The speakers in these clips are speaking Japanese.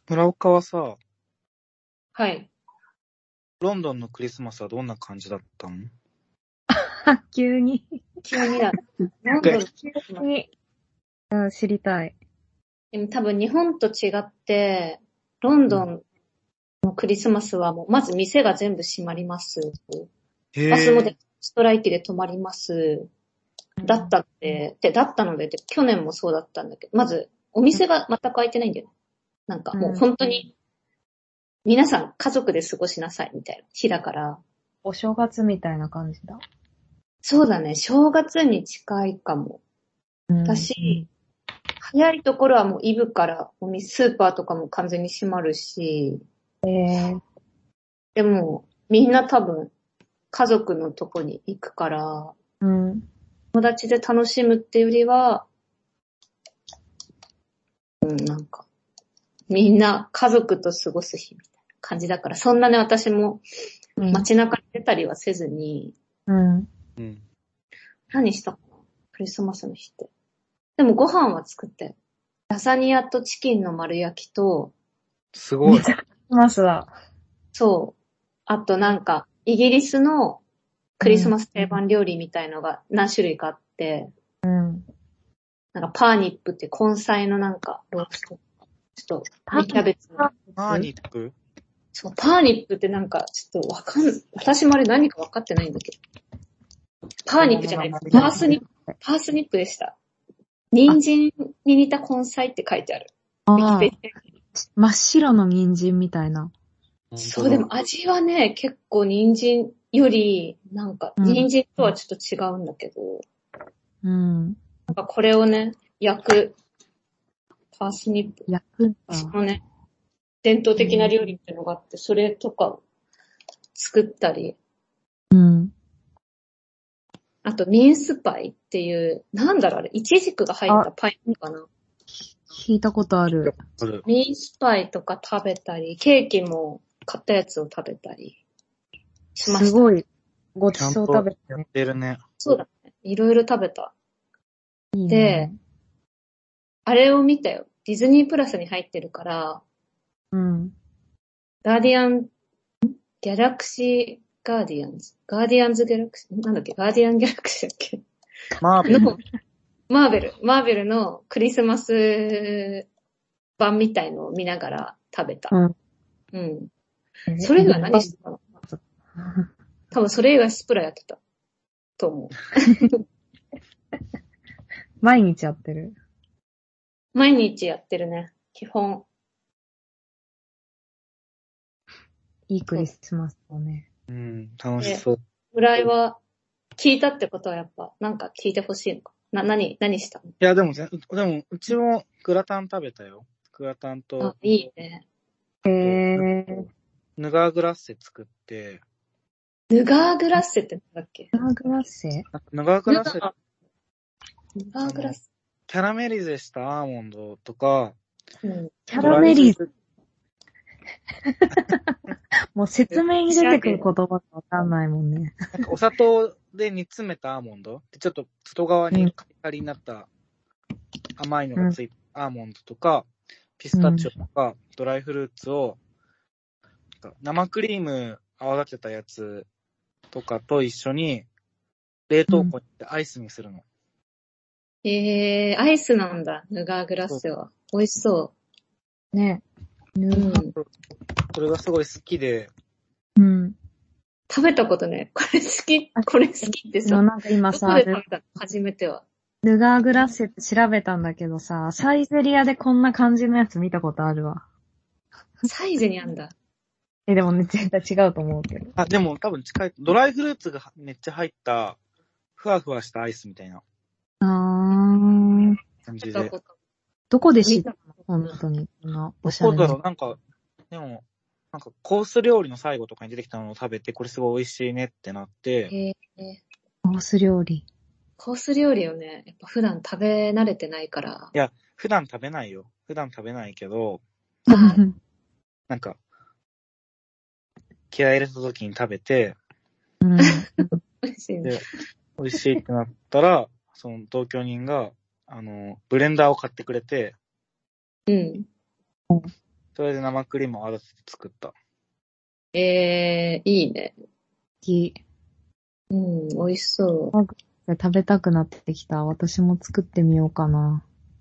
村岡はさ、 はい。 ロンドンのクリスマスはどんな感じだったの？ 急に。 急にだ。ロンドン急に。知りたい。 でも多分日本と違って、ロンドンのクリスマスはもう、まず店が全部閉まります。バスもストライキで止まります。だったので、去年もそうだったんだけど、まず、お店が全く開いてないんだよね。なんかもう本当に、皆さん家族で過ごしなさいみたいな日だから。 お正月みたいな感じだ。 そうだね、正月に近いかも。私、早いところはもうイブからスーパーとかも完全に閉まるし、でもみんな多分家族のとこに行くから、友達で楽しむっていうよりは、なんかみんな家族と過ごす日みたいな感じだから、そんなね私も街中に出たりはせずに、何したかなクリスマスの日って。でもご飯は作ってラザニアとチキンの丸焼きと、 すごい。 クリスマスだ。 そう。あとなんか、イギリスのクリスマス定番料理みたいのが何種類かあって、なんかパーニップって根菜のなんかロースト。ちょっと、キャベツの。 パーニップ？ そう、パーニップってなんか、ちょっと私もあれ何か分かってないんだけど。パーニップじゃないです。パースニップでした。人参に似た根菜って書いてある。 真っ白の人参みたいな。 そう、でも味はね、結構人参より、なんか、人参とはちょっと違うんだけど、なんかこれをね、焼く、パースニップ。 焼くんだ。 そのね、伝統的な料理っていうのがあって、それとか作ったり、あとミンスパイっていう、なんだろうあれ、イチジクが入ったパイかな。 聞いたことある。 ミンスパイとか食べたり、ケーキも買ったやつを食べたりしました。 すごい。ごちそう食べてやってるね。 そうだね。いろいろ食べた。で、あれを見たよ。ディズニープラスに入ってるから、ガーディアンズギャラクシーギャラクシーなんだっけガーディアンギャラクシーだっけマーベルのクリスマス版みたいのを見ながら食べた。それ以外何してたの？多分それ以外スプラやってた。と思う。 毎日やってる。 毎日やってるね。基本。 いいクリスマスだね。 楽しそう。 村井は聞いたってことはやっぱなんか聞いてほしいのか。何したの？ いやでもうちもグラタン食べたよ。グラタンと。 いいね。 ヌガーグラッセ作って。 ヌガーグラッセってなんだっけ？ ヌガーグラッセキャラメリゼしたアーモンドとか、 キャラメリゼもう説明に出てくる言葉がわかんないもんね。 なんかお砂糖で煮詰めたアーモンドでちょっと外側にカリカリになった甘いのがついたアーモンドとか、ピスタチオとか、ドライフルーツを、生クリーム泡立てたやつとかと一緒に冷凍庫にアイスにするの。 アイスなんだ、ヌガーグラッセは。美味しそう。 ね。 これがすごい好きで。 食べたことね。これ好きってさ。 なんか今さ、 どこで食べたの？初めては。 ヌガーグラッセって調べたんだけどさ、サイゼリアでこんな感じのやつ見たことあるわ。 サイゼにあんだ。 でもね、絶対違うと思うけど。 でも多分近い。ドライフルーツがめっちゃ入った、ふわふわしたアイスみたいな。感じで。 どこで知ったの？本当に。 おしゃれな。どこだろう？なんか、でも、なんかコース料理の最後とかに出てきたのを食べて、これすごい美味しいねってなって。 コース料理。 コース料理をね、やっぱ普段食べ慣れてないから。 いや、普段食べないよ。普段食べないけど、なんか、気合い入れた時に食べて、 美味しいね。 で、美味しいってなったら、その同居人が、ブレンダーを買ってくれて、 それで生クリームを泡立てて作った。 いいね。 美美味しそう。 食べたくなってきた。私も作ってみようかな。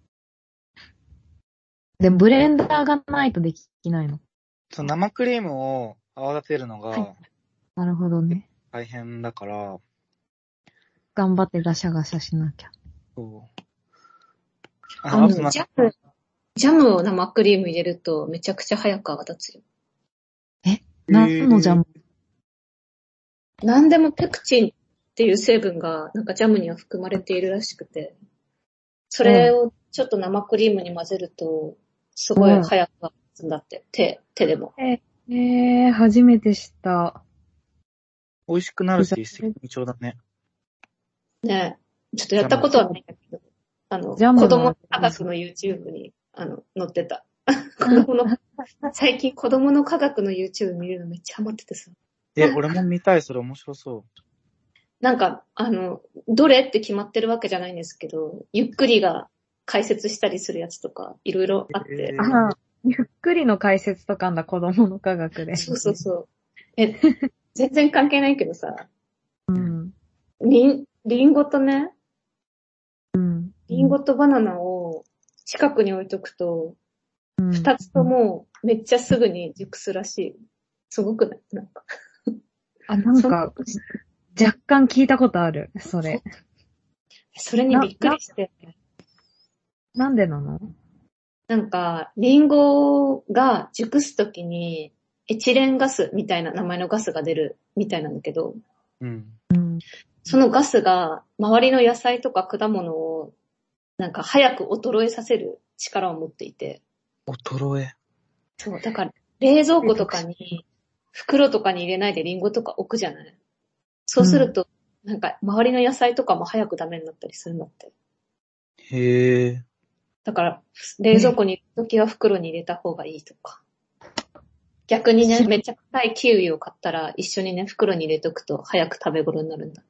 でもブレンダーがないとできないの。 その生クリームを泡立てるのがなるほどね。 大変だから、 頑張ってガシャガシャしなきゃ。 そう。 ジャムを生クリーム入れるとめちゃくちゃ早く泡立つよ。 何のジャム？ 何でもペクチンっていう成分がなんかジャムには含まれているらしくて、それをちょっと生クリームに混ぜると、すごい早く泡立つんだって、手でも。 初めて知った。 美味しくなるし、一石二鳥だね。 ねえ。ちょっとやったことはないんだけど、子供の科学の YouTube に、載ってた。最近子供の科学の YouTube 見るのめっちゃハマっててさ。 俺も見たい、それ面白そう。 なんか、どれって決まってるわけじゃないんですけど、ゆっくりが解説したりするやつとか、いろいろあって。 ゆっくりの解説とかんだ、子供の科学で。 そうそうそう。全然関係ないけどさ。リンゴとね、リンゴとバナナを近くに置いとくと、二つともめっちゃすぐに熟すらしい。すごくない？なんか。 なんか、若干聞いたことある、それ。 それにびっくりして。 なんでなの？ なんか、リンゴが熟すときに、エチレンガスみたいな名前のガスが出るみたいなんだけど、そのガスが周りの野菜とか果物をなんか早く衰えさせる力を持っていて。 衰え？ そう、だから冷蔵庫とかに袋とかに入れないでリンゴとか置くじゃない？そうすると、なんか周りの野菜とかも早くダメになったりするんだって。 へー。 だから冷蔵庫に入れるときは袋に入れた方がいいとか。逆にね、めっちゃ硬いキウイを買ったら一緒にね、袋に入れとくと早く食べ頃になるんだって。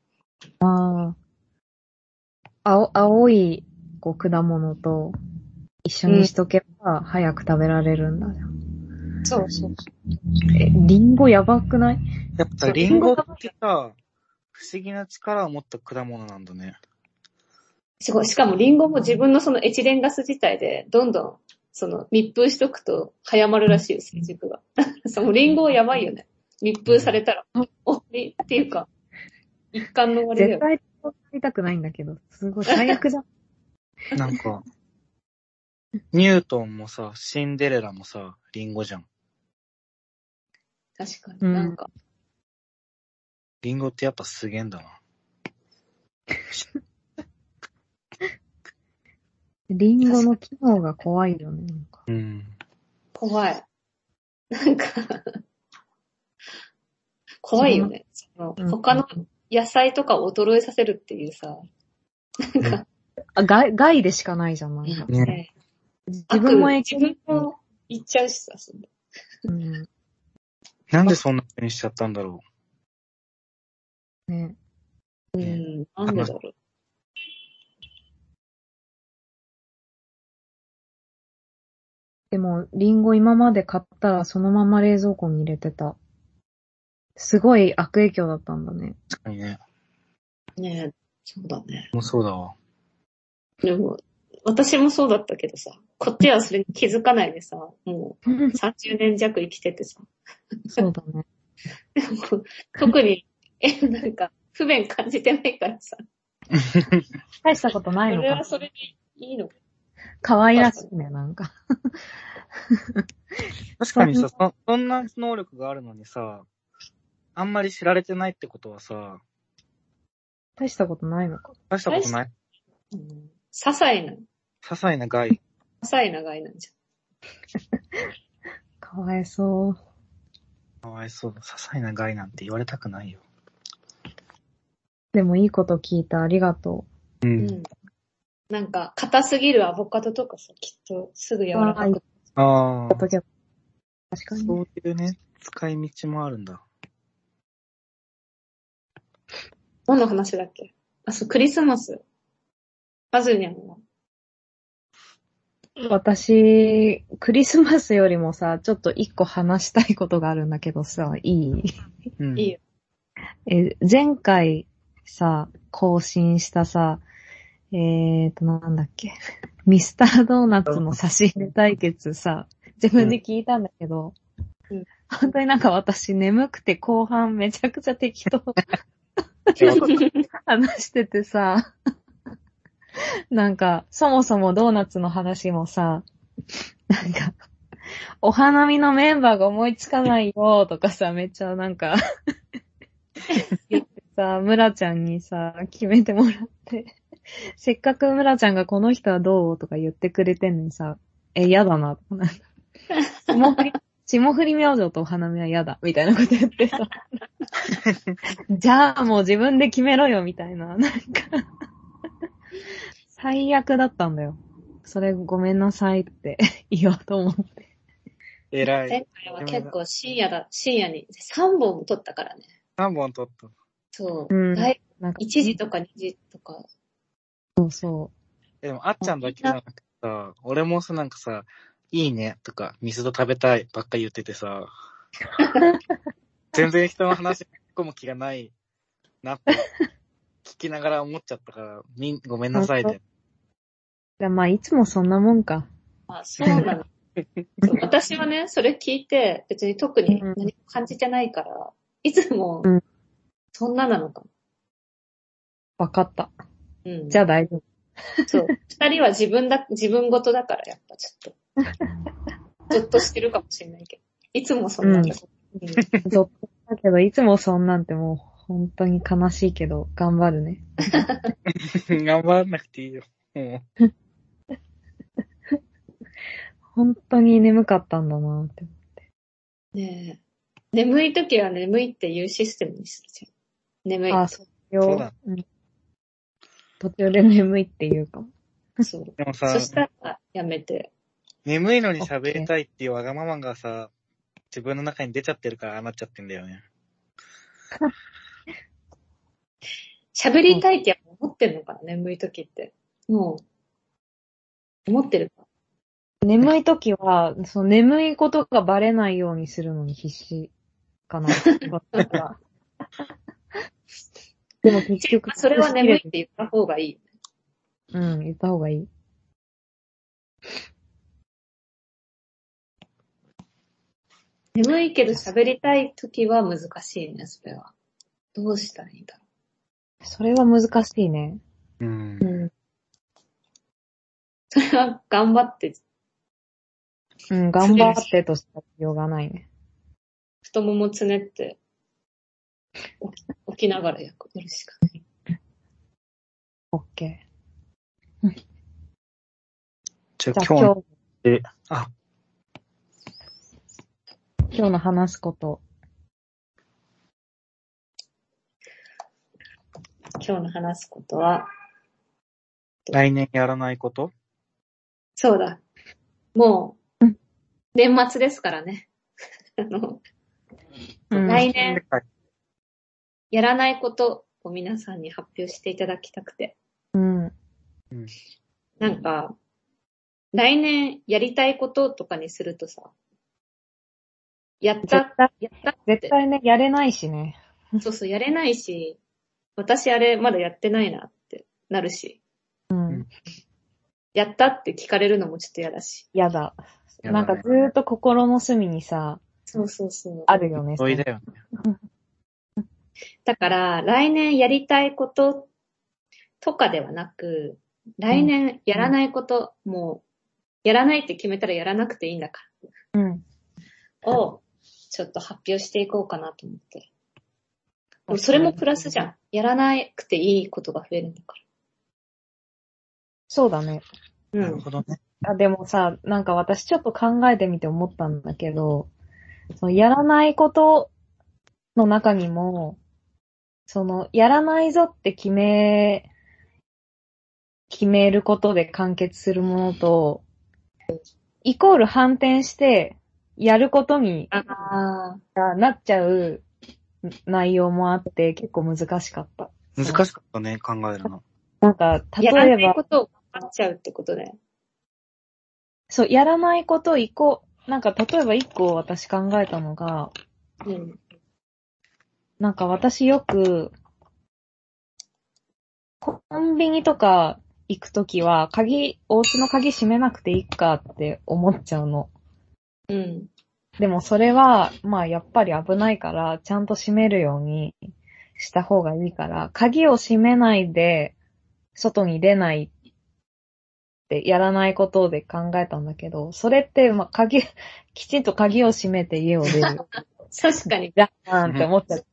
青い果物と一緒にしとけば早く食べられるんだ。 そうそう。 リンゴやばくない？ やっぱリンゴってさ、不思議な力を持った果物なんだね。 すごい。しかもリンゴも自分のそのエチレンガス自体でどんどん密封しとくと早まるらしいよ、成熟が。そのリンゴやばいよね。密封されたら、っていうか、一貫の終わりだよ。 絶対取りたくないんだけど、すごい最悪じゃん。 なんか、ニュートンもさ、シンデレラもさ、リンゴじゃん。 確かに、なんか。 リンゴってやっぱすげえんだな。 リンゴの機能が怖いよね。なんか怖い。なんか怖いよね。他の野菜とかを衰えさせるっていうさ。なんか害でしかないじゃん、なんか。自分も言っちゃうしさ。 なんでそんな風にしちゃったんだろう。ね。 なんでだろう。 でも、リンゴ今まで買ったらそのまま冷蔵庫に入れてた。すごい悪影響だったんだね。 確かにね。 ねえ、そうだね。 もうそうだわ。 でも、私もそうだったけどさ、こっちはそれに気づかないでさ、もう30年弱生きててさ。 そうだね。 でも特に、なんか、不便感じてないからさ。 大したことないのか。 それはそれでいいのか。 可愛らしいね、なんか。 確かにさ、そんな能力があるのにさ、あんまり知られてないってことはさ、 大したことないのか。 大したことない。 些細な害。 些細な害なんじゃん。かわいそう。 かわいそう。些細な害なんて言われたくないよ。 でもいいこと聞いた。ありがとう。なんか、硬すぎるアボカドとかさ、きっとすぐ柔らかく。 確かに。 そういうね、使い道もあるんだ。 何の話だっけ？そう、クリスマス。パズニャンは私、クリスマスよりもさ、ちょっと一個話したいことがあるんだけどさ、いい？ うん。 いいよ。 前回さ、更新したさ、なんだっけ。ミスタードーナツの差し入れ対決さ、自分で聞いたんだけど、 うん本当になんか私眠くて後半めちゃくちゃ適当話しててさ、なんか、そもそもドーナツの話もさ、なんか、お花見のメンバーが思いつかないよとかさ、めっちゃなんか言ってさ、村ちゃんにさ、決めてもらって、せっかく村ちゃんがこの人はどうとか言ってくれてんのにさ、嫌だな。霜降り明星とお花見は嫌だ。みたいなこと言ってさ。じゃあもう自分で決めろよ、みたいな。なんか最悪だったんだよ。それごめんなさいって言おうと思って。 偉い。 前回は結構深夜に3本も撮ったからね。 3本撮った。 そう。 うん。 1 なんか時とか2時とか。 そうそでも、あっちゃんだけじゃなくてさ、俺もさ、なんかさ、いいねとか、ミスド食べたいばっかり言っててさ、全然人の話に込む気がないなって聞きながら思っちゃったから、ごめんなさい本で。 まあ、いつもそんなもんか。 あ、そうなの。そう私はね、それ聞いて別に特に何も感じてないから、いつもうんそんななのかも。 わかった。 うん。 じゃあ大丈夫。 そう。二人は自分ごとだからやっぱちょっと、ゾッとしてるかもしれないけど。いつもそんなんだ。うんゾッとだけど、いつもそんなんてもう、本当に悲しいけど、頑張るね。 頑張らなくていいよ。も本当に眠かったんだなって。 ねえ。眠い時は眠いっていうシステムにするじゃん。眠い。 あ、そうよ。 そうだうん。途中で眠いって言うかも。 そう。 でもさそ、したらやめて。 眠いのに喋りたいっていうわがままがさ、自分の中に出ちゃってるからああなっちゃってんだよね。 喋りたいってやっぱ思ってんのかな、眠い時って。もう、思ってるか。 眠い時は、その眠いことがバレないようにするのに必死かな。でも結局、 それは眠いって言った方がいい。 うん、言った方がいい。 眠いけど喋りたい時は難しいね、それは。どうしたらいいんだろそれは難しいね。 うんう。。うん。それは頑張ってうん、頑張ってとしか言いようがないね。 太ももつねって起きながらやるしかない。 オッケじゃー。じゃああ今日で、 今日の話すこと。 今日の話すことは、 来年やらないことそうだ。もう、年末ですからね。 うん来年やらないことを皆さんに発表していただきたくて。 うん。 なんか、来年やりたいこととかにするとさ、やったって絶対ね、やれないしね。 そうそう、やれないし、私あれまだやってないなってなるし、 うん。 やったって聞かれるのもちょっと嫌だし。 やだ。 やだねなんかずーっと心の隅にさ、 そうそうそう。 あるよね。 おいだよね。 だから、来年やりたいこととかではなく、来年やらないこと、もう、やらないって決めたらやらなくていいんだかうん。 ら、を、ちょっと発表していこうかなと思って。でもそれもプラスじゃん。やらなくていいことが増えるんだかそうだね。 ら。 なるほどね。 でもさ、なんか私ちょっと考えてみて思ったんだけど、そのやらないことの中にも、その、やらないぞって決めることで完結するものと、イコール反転して、やることにあなっちゃう内容もあって、結構難しかった。 難しかったね、考えるの。 なんか、 やらない例えば、 ことを頑張っちゃうってことで。 そう、やらないこと一個、なんか例えば一個私考えたのが、 うん。 なんか私よく、コンビニとか行くときは、お家の鍵閉めなくていいかって思っちゃうの。 うん。 でもそれは、まあやっぱり危ないから、ちゃんと閉めるようにした方がいいから、鍵を閉めないで、外に出ないってやらないことで考えたんだけど、それって、まあきちんと鍵を閉めて家を出る。 確かに。 じゃーんって思っちゃって。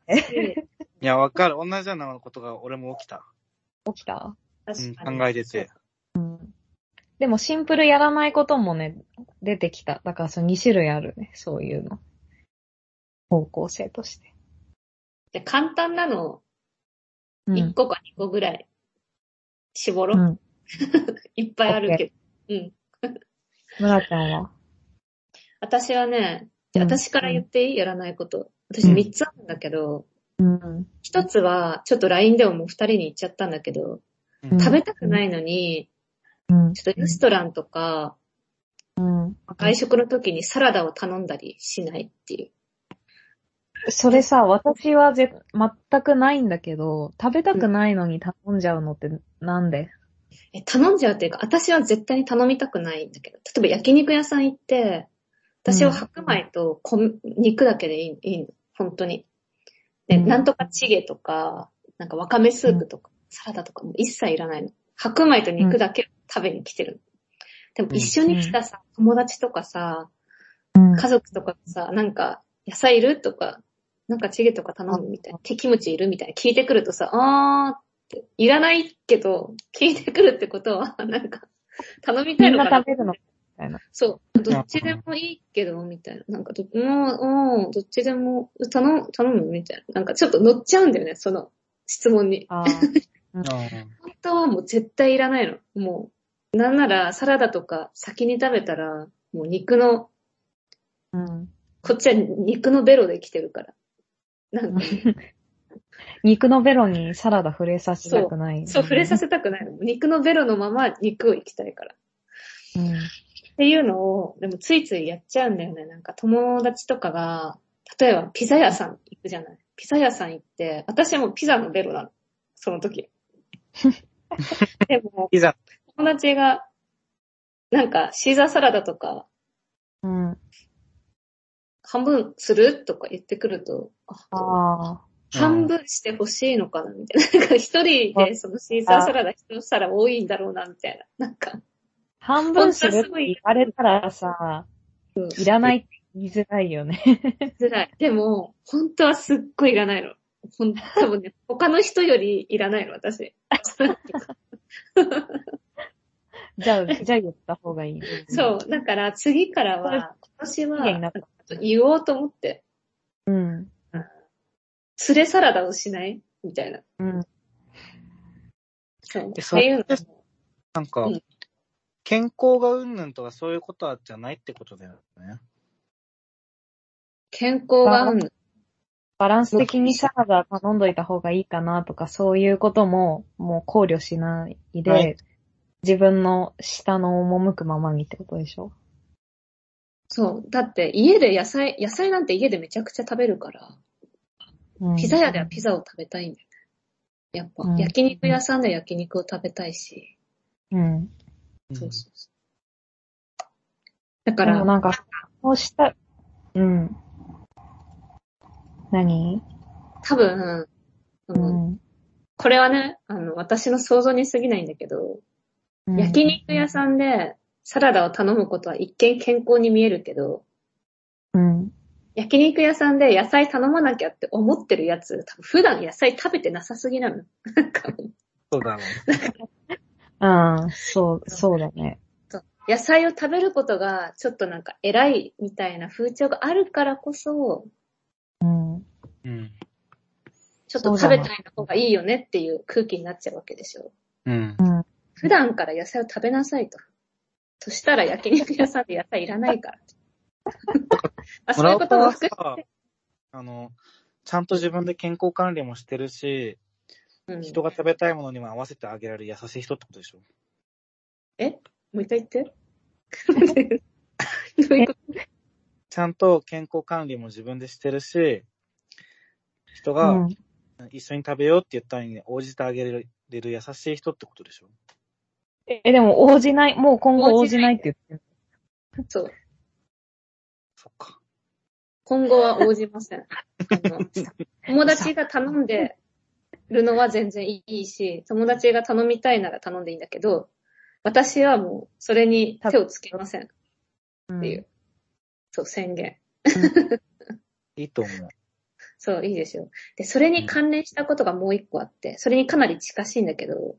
いや、わかる。同じようなことが俺も起きた。 起きた？ 確かに。 考えてて。 でもシンプルやらないこともね、出てきた。だからその2種類あるね。そういうの。方向性として。 じゃあ簡単なの、 うん。 1個か2個ぐらい絞ろう。 うん。 いっぱいあるけど。うん。 村ちゃんは？ 私はね、じゃあ私から言っていい？やらないこと。私うん 3つあるんだけど、 うん。 1つは、ちょっと LINE でももう2人に言っちゃったんだけど、 うん食べたくないのに、 うん。 ちょっとレストランとか、 うん。 外食の時にサラダを頼んだりしないっていう。 それさ、私は全くないんだけど、食べたくないのに頼んじゃうのってなんで？ 頼んじゃうっていうか、私は絶対に頼みたくないんだけど、例えば焼肉屋さん行って、私は白米と肉だけでいいの。本当に。で、なんとかチゲとか、なんかわかめスープとか、サラダとかも一切いらないの。白米と肉だけ食べに来てるの。でも一緒に来たさ、友達とかさ、家族とかさ、なんか、野菜いるとか、なんかチゲとか頼むみたいな、キムチいるみたいな聞いてくるとさ、って、いらないけど、聞いてくるってことは、なんか、頼みたいのかな。 みんな食べるのみたいな。 そう。どっちでもいいけど、みたいな。なんかどっちでも、頼むみたいな。なんかちょっと乗っちゃうんだよね、その質問に。本当はもう絶対いらないの。もう、なんならサラダとか先に食べたら、もう肉の、こっちは肉のベロで来てるから。なんか、 肉のベロにサラダ触れさせたくない。 そう、触れさせたくないの。肉のベロのまま肉を行きたいから。っていうのを、でもついついやっちゃうんだよね。なんか友達とかが、例えばピザ屋さん行くじゃない。ピザ屋さん行って、私はもうピザのベロなの。その時。でも、友達が、なんかシーザーサラダとか、半分するとか言ってくると、半分してほしいのかなみたいな。なんか一人でそのシーザーサラダ一皿多いんだろうな、みたいな。なんか。 半分するって言われたらさ、いらないって言いづらいよね。 辛い。でも、本当はすっごいいらないの。多分ね、他の人よりいらないの、私。 じゃあ言った方がいい。 そう。だから次からは、今年は言おうと思って。連れサラダをしないみたいな。そう。 そういうの。なんか、健康がうんぬんとかそういうことはじゃないってことだよね。 健康がうんぬん。 バランス的にサラダ頼んどいた方がいいかなとか、そういうことももう考慮しないで、自分の舌の赴くままにってことでしょ？ そう。だって家で野菜なんて家でめちゃくちゃ食べるから、ピザ屋ではピザを食べたいんだよね。やっぱ、焼肉屋さんで焼肉を食べたいし。そうそうそう。だから。 なんか、そうした、何？ 多分、これはね、私の想像に過ぎないんだけど、焼肉屋さんでサラダを頼むことは一見健康に見えるけど、焼肉屋さんで野菜頼まなきゃって思ってるやつ、多分普段野菜食べてなさすぎなの。 そうだね。 そうだね。 野菜を食べることがちょっとなんか偉いみたいな風潮があるからこそ、ちょっと食べたい方がいいよねっていう空気になっちゃうわけでしょ。普段から野菜を食べなさいと。そしたら焼肉屋さんで野菜いらないから。そういうことも含めて。 ちゃんと自分で健康管理もしてるし、人が食べたいものにも合わせてあげられる優しい人ってことでしょ？ もう一回言って。 どういうことちゃんと健康管理も自分でしてるし、人うがん。 一緒に食べようって言ったのに応じてあげれる優しい人ってことでしょ？ でも応じない、もう今後応じないって言ってる。 そう。 そっか。 今後は応じません。友達が頼んでるのは全然いいし、友達が頼みたいなら頼んでいいんだけど、私はもうそれに手をつけませんっていう、そう、宣言。 いいと思う。 そう、いいですよ。で、それに関連したことがもう一個あって、それにかなり近しいんだけど、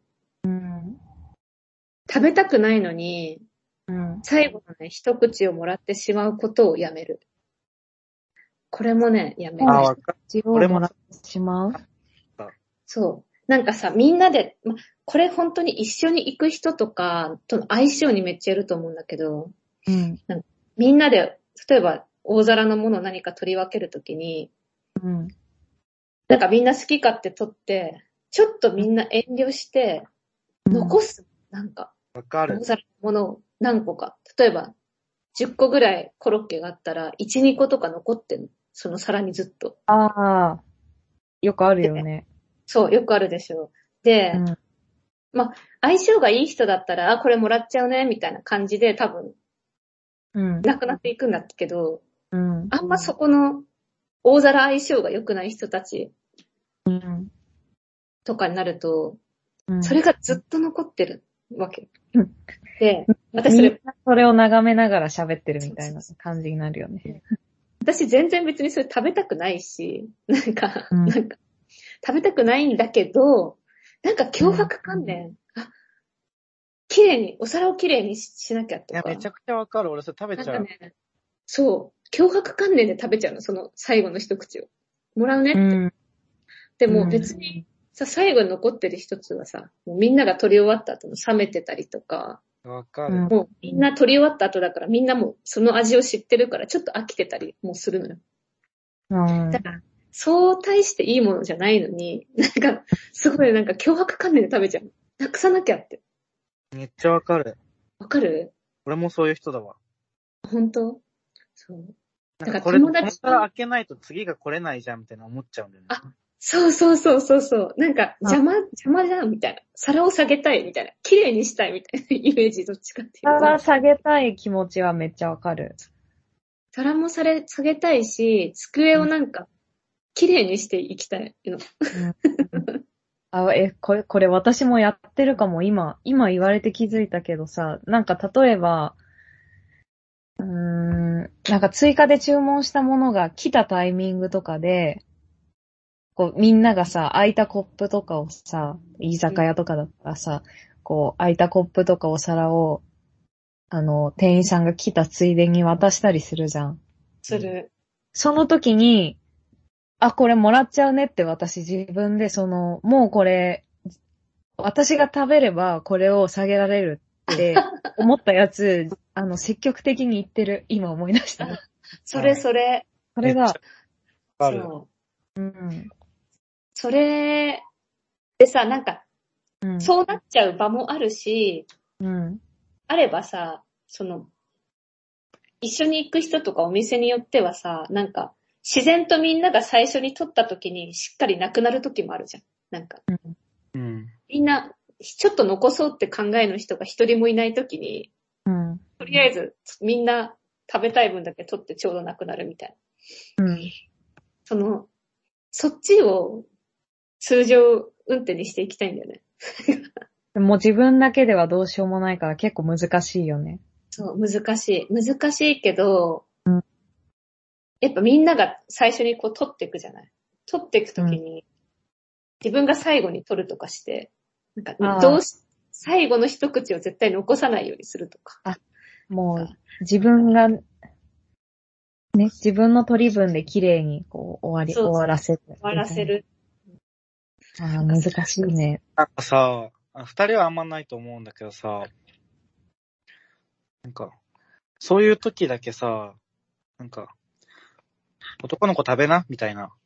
食べたくないのに、最後のね、一口をもらってしまうことをやめる。これもね、やめる。 わかる。 俺もらってしまう。 そう。なんかさ、みんなで、これ本当に一緒に行く人とかとの相性にめっちゃいると思うんだけど、なんかみんなで、例えば大皿のものを何か取り分けるときに、なんかみんな好き勝手取って、ちょっとみんな遠慮して、残す。なんか、 わかる。 大皿のものを何個か。例えば、10個ぐらいコロッケがあったら、1、2個とか残ってんの。その皿にずっと。 ああ、よくあるよね。 そう、よくあるでしょ。で、相性がいい人だったら、これもらっちゃうね、みたいな感じで多分、なくなっていくんだけど、あんまそこの大皿相性が良くない人たちとかになると、それがずっと残ってるわけ。で、私それを眺めながら喋ってるみたいな感じになるよね。 私全然別にそれ食べたくないし、なんか食べたくないんだけど、なんか脅迫観念、綺麗に、お皿を綺麗にしなきゃとか。 いや、めちゃくちゃわかる。俺それ食べちゃう。 なんかね、そう、脅迫観念で食べちゃうの、その最後の一口を。もらうねって。でも別にさ、最後に残ってる一つはさ、もうみんなが取り終わった後も冷めてたりとか、 わかる。 もうみんな取り終わった後だからみんなもその味を知ってるからちょっと飽きてたりもするのよ。だから、そう大していいものじゃないのに、なんか、すごいなんか脅迫観念で食べちゃう。なくさなきゃって。 めっちゃわかる。 わかる？ 俺もそういう人だわ。 本当？そう。 だから友達から開けないと次が来れないじゃんみたいな思っちゃうんだよね。 そうそうそうそうそう。なんか、邪魔じゃんみたいな。皿を下げたいみたいな。綺麗にしたいみたいなイメージどっちかっていうと。 皿下げたい気持ちはめっちゃわかる。 皿も下げたいし、机をなんか、綺麗にしていきたいの。 これ私もやってるかも。今言われて気づいたけどさ、なんか例えば、なんか追加で注文したものが来たタイミングとかで、こう、みんながさ、空いたコップとかをさ、居酒屋とかだったらさ、こう、空いたコップとかお皿を、店員さんが来たついでに渡したりするじゃん。 する。 その時に、これもらっちゃうねって私自分でもうこれ、私が食べればこれを下げられるって思ったやつ、積極的に言ってる。今思い出した。 それ。 それだ。 そう。それでさ、なんか、そうなっちゃう場もあるし、あればさ、一緒に行く人とかお店によってはさ、なんか、自然とみんなが最初に取った時にしっかりなくなる時もあるじゃん。なんか、みんな、ちょっと残そうって考えの人が一人もいない時に、とりあえずみんな食べたい分だけ取ってちょうどなくなるみたいな。そっちを通常運転にしていきたいんだよね。 もう自分だけではどうしようもないから結構難しいよね。 そう、難しい。難しいけど、やっぱみんなが最初にこう取っていくじゃない。取っていくときに、自分が最後に取るとかして、なんか最後の一口を絶対残さないようにするとか。 もう自分が、ね、自分の取り分で綺麗にこう終わらせる。 終わらせる。 難しいね。 なんかさ、二人はあんまないと思うんだけどさ、なんか、そういう時だけさ、なんか、男の子食べなみたいな。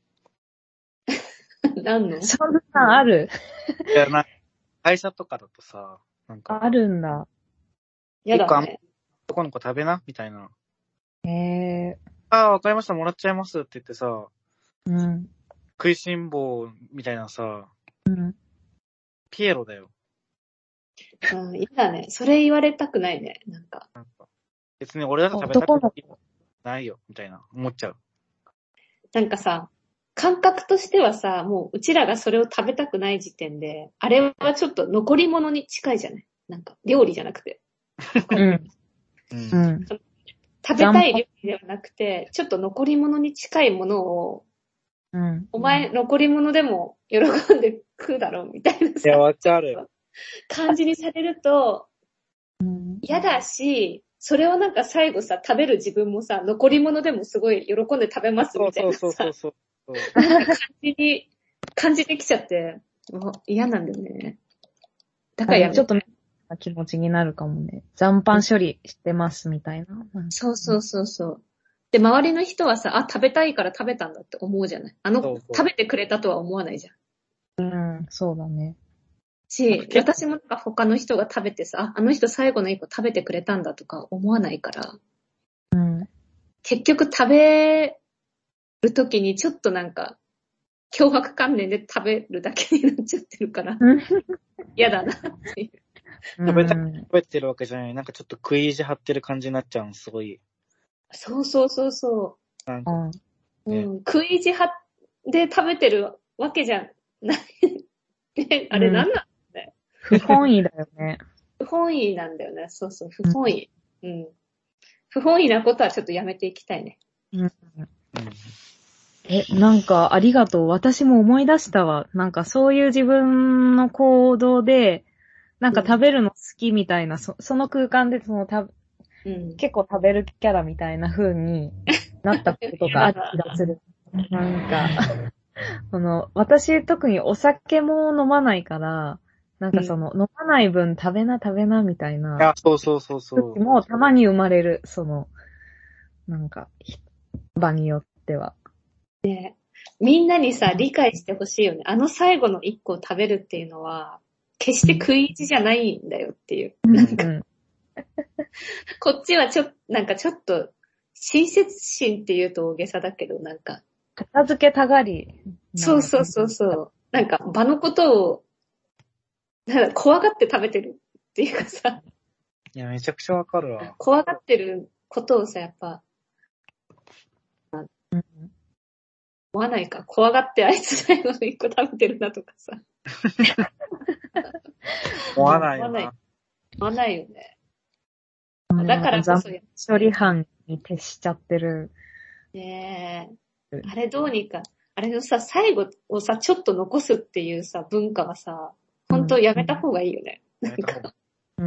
何の？ そんなある？ いや、会社とかだとさ、なんか。 やだね。 男の子食べなみたいな。 へああ、わかりました、もらっちゃいますって言ってさ、 うん。 食いしん坊みたいなさ、 うん。 ピエロだよ。 うん、いいだね。それ言われたくないね。なんか。 なんか別に俺だと食べたく男の子。 ないよ、みたいな、思っちゃう。 なんかさ、感覚としてはさ、もううちらがそれを食べたくない時点で、あれはちょっと残り物に近いじゃない？なんか、料理じゃなくて。 うん。 う。 うんん。 食べたい料理ではなくて、ちょっと残り物に近いものを、 うん。 お前残り物でも喜んで食うだろうみたいないや、 さ、 わかる。 感じにされるとうん。 嫌だし、それをなんか最後さ、食べる自分もさ、残り物でもすごい喜んで食べますそうみたいそうなさ、 そうそう。 なんか感じてきちゃって、もう嫌なんだよね。だからやめちょっと気持ちになるかもね。残飯処理してますみたいな。 そうそうそうそう。で、周りの人はさ、あ、食べたいから食べたんだって思うじゃない。 そうそう食べてくれたとは思わないじゃん。 うん、そうだね。 し、私もなんか他の人が食べてさ、あの人最後の一個食べてくれたんだとか思わないから、 うん。 結局食べるときにちょっとなんか、脅迫観念で食べるだけになっちゃってるから、嫌だなっていう。 食べてるわけじゃない。なんかちょっと食い意地張ってる感じになっちゃうの、すごい。 そうそうそうそなんか、 うん。 う。 ね食い意地張で食べてるわけじゃない。ね、あれなんなん不本意だよね。 不本意なんだよね。そうそう、不本意。うん。不本意なことはちょっとやめていきたいね。 うん。 うん。 なんかありがとう。私も思い出したわ。なんかそういう自分の行動で、なんか食べるの好きみたいな、その空間でうん。 結構食べるキャラみたいな風になったことがある気がする。なんか、私特にお酒も飲まないから、なんか飲まない分食べなみたいいやな、、 そうそうそうそう。 時もたまに生まれる、なんか、場によっては。 みんなにさ、理解してほしいよね。あの最後の一個を食べるっていうのは、決して食い意地じゃないんだよっていう。なんか、こっちはなんかちょっと、親切心って言うと大げさだけど、なんか。 片付けたがり。 そうそうそうそう。なんか場のことを、なんか怖がって食べてるっていうかさ、 いや、めちゃくちゃわかるわ。 怖がってることをさ、やっぱ、思わないか。怖がってあいつ最後の一個食べてるなとかさ。 思わないよ思な。 わないよね。だからこそ、 処理班に徹しちゃってる。 ねえ。あれどうにか、あれのさ、最後をさ、ちょっと残すっていうさ、文化はさ、本当やめた方がいいよね。なんか、 うん。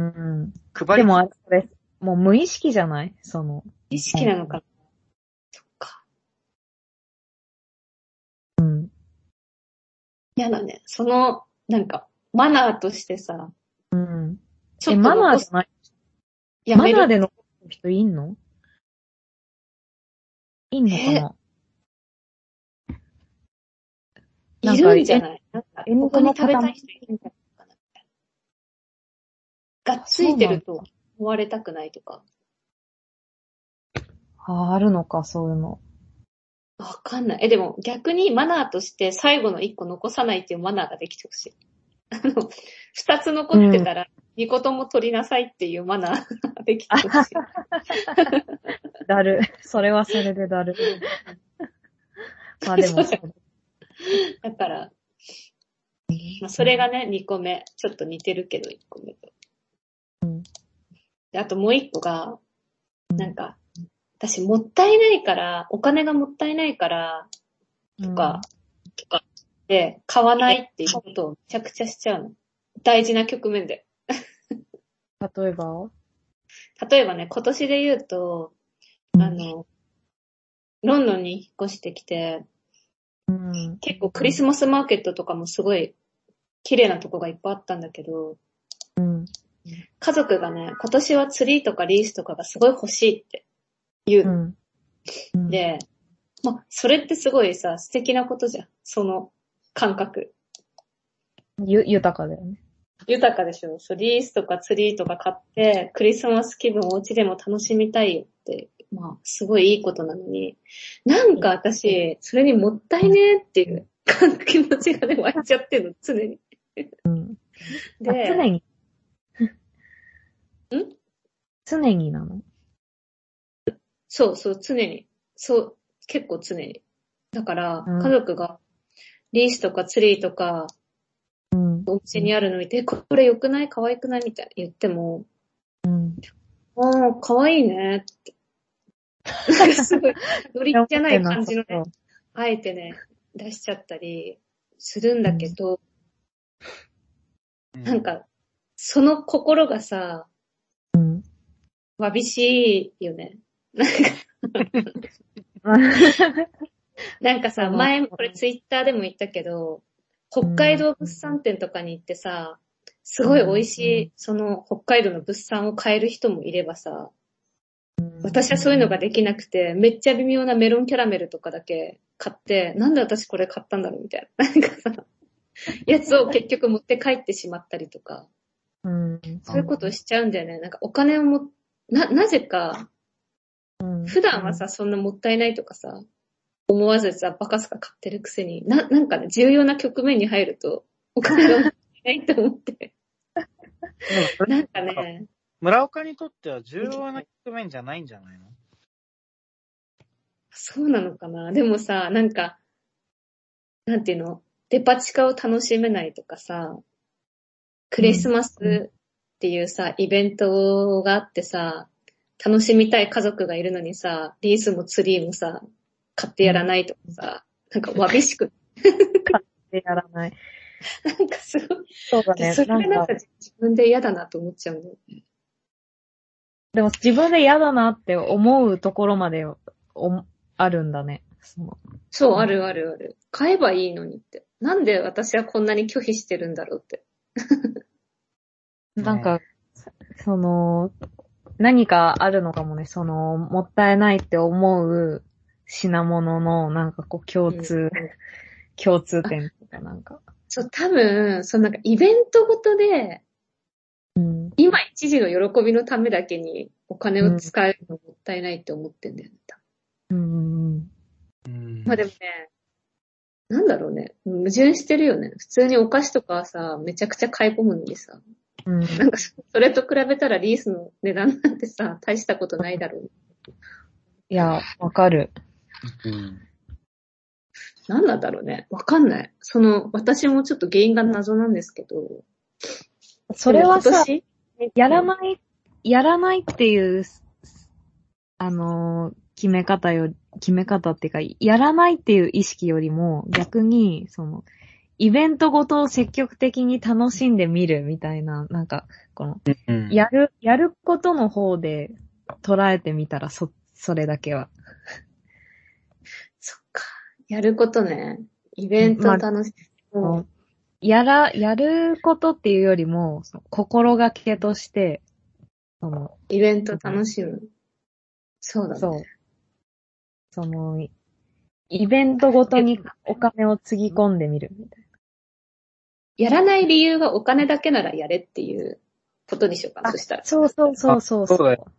配りでもあれ、もう無意識じゃない意識なのかな。そっか。 うん。 嫌だね。なんか、マナーとしてさ、 うん。 ちょっとマナー残す。 じゃないやめる。 マナーで残す人いんのいんのかな、 いるんじゃないなんか、他に食べたい人いるんじゃないかな。がっついてると思われたくないとか。 あるのか、そういうの。 わかんない。でも逆にマナーとして最後の一個残さないっていうマナーができてほしい。二つ残ってたら、二個とも取りなさいっていうマナーができてほしい。 だる。それはそれでだる。まあでもそう。 だから、まあ、それがね、二個目。ちょっと似てるけど、一個目と。であともう一個が、なんか、私もったいないから、お金がもったいないから、とかで、買わないっていうことをめちゃくちゃしちゃうの。大事な局面で。 例えばね、今年で言うと、ロンドンに引っ越してきて、結構クリスマスマーケットとかもすごい綺麗なとこがいっぱいあったんだけど、家族がね、今年はツリーとかリースとかがすごい欲しいって言う。で、まあ、それってすごいさ、素敵なことじゃん。その感覚。 豊かだよね。 豊かでしょ。そう、リースとかツリーとか買って、クリスマス気分をお家でも楽しみたいよって、まあ、すごいいいことなのに、なんか私、それにもったいねえっていう気持ちがね、湧いちゃってるの、常に。 うん。 で、 常に。 ん常になの？ そうそう、常に。そう、結構常に。だから、 うん家族がリースとかツリーとか、 うん。 お家にあるの見て、これ良くない可愛くないみたいな言っても、 うん。 ああ、可愛いねって。なんかすごい、ノリじゃない感じのね、あえてね、出しちゃったりするんだけど、なんか、その心がさ、 うん。 わびしいよね。なんかさ、前、これツイッターでも言ったけど、北海道物産展とかに行ってさ、すごい美味しい、その北海道の物産を買える人もいればさ、私はそういうのができなくて、めっちゃ微妙なメロンキャラメルとかだけ買って、なんで私これ買ったんだろうみたいな。なんかさ、やつを結局持って帰ってしまったりとか、 うん。 そういうことしちゃうんだよね。なんかお金をなぜか、普段はさ、そんなもったいないとかさ、思わずさ、バカすか買ってるくせに、なんかね、重要な局面に入ると、お金がもったいないと思って。なんかね、 村岡にとっては重要な局面じゃないんじゃないの？ そうなのかな。でもさ、なんか、なんていうの、デパ地下を楽しめないとかさ、クリスマスっていうさ、イベントがあってさ、楽しみたい家族がいるのにさ、リースもツリーもさ、買ってやらないとかさ、なんかわびしく。 買ってやらない。 なんかすごい。 そうだね。 それなんか自分で嫌だなと思っちゃうんだよね。 でも自分で嫌だなって思うところまであるんだね。 そう、あるあるある。買えばいいのにって。なんで私はこんなに拒否してるんだろうって。 なんか、何かあるのかもね。もったいないって思う品物の、なんかこう、共通点とかなんか。 そう、多分、なんかイベントごとで、今一時の喜びのためだけにお金を使えるのもったいないって思ってんだよね。まあでもね、なんだろうね。矛盾してるよね。普通にお菓子とかはさ、めちゃくちゃ買い込むのにさ。なんかそれと比べたらリースの値段なんてさ、大したことないだろう。 いや、わかる。 なんなんだろうね。わかんない。私もちょっと原因が謎なんですけど。 それはさ、やらないっていう、決め方っていうか、やらないっていう意識よりも、逆に、イベントごとを積極的に楽しんでみるみたいな、なんか、やることの方で捉えてみたら、それだけは。 そっか。やることね。イベント楽しむ。 やることっていうよりも、心がけとして、 イベント楽しむ。そうだね。 イベントごとにお金をつぎ込んでみるみたいな。 やらない理由がお金だけならやれっていうことにしようかな、そしたら。 そうだよ。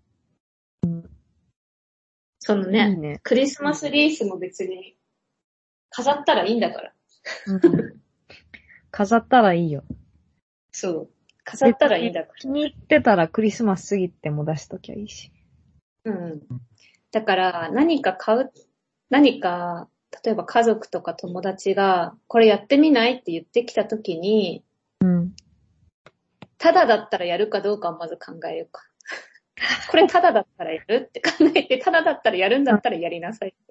いいね、クリスマスリースも別に飾ったらいいんだから。 飾ったらいいよ。 そう。飾ったらいいんだから。 気に入ってたらクリスマス過ぎても出しときゃいいし。 だから、何か、例えば家族とか友達が、これやってみないって言ってきたときに、ただだったらやるかどうかをまず考えようか。これただだったらやるって考えて、ただだったらやるんだったらやりなさいって。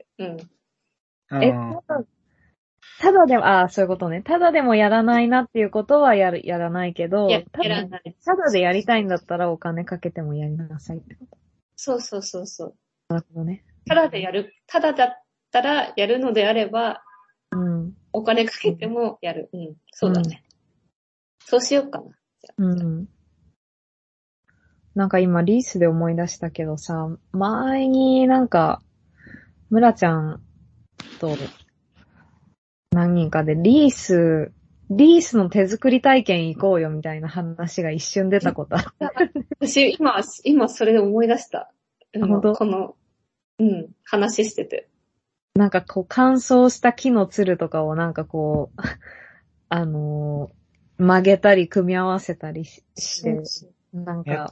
ただでも、そういうことね。ただでもやらないなっていうことはやらないけど、ただでやりたいんだったらお金かけてもやりなさいってこと。 そう。 なるほどね。 ただだったらやるのであれば、お金かけてもやる。そうだね。そうしようかな。 なんか今リースで思い出したけどさ、前になんか、村ちゃんと何人かでリースリースの手作り体験行こうよみたいな話が一瞬出たことある。 私、今それで思い出した。 本当？ 話してて。 なんかこう乾燥した木のつるとかをなんかこう、曲げたり組み合わせたりして、なんか、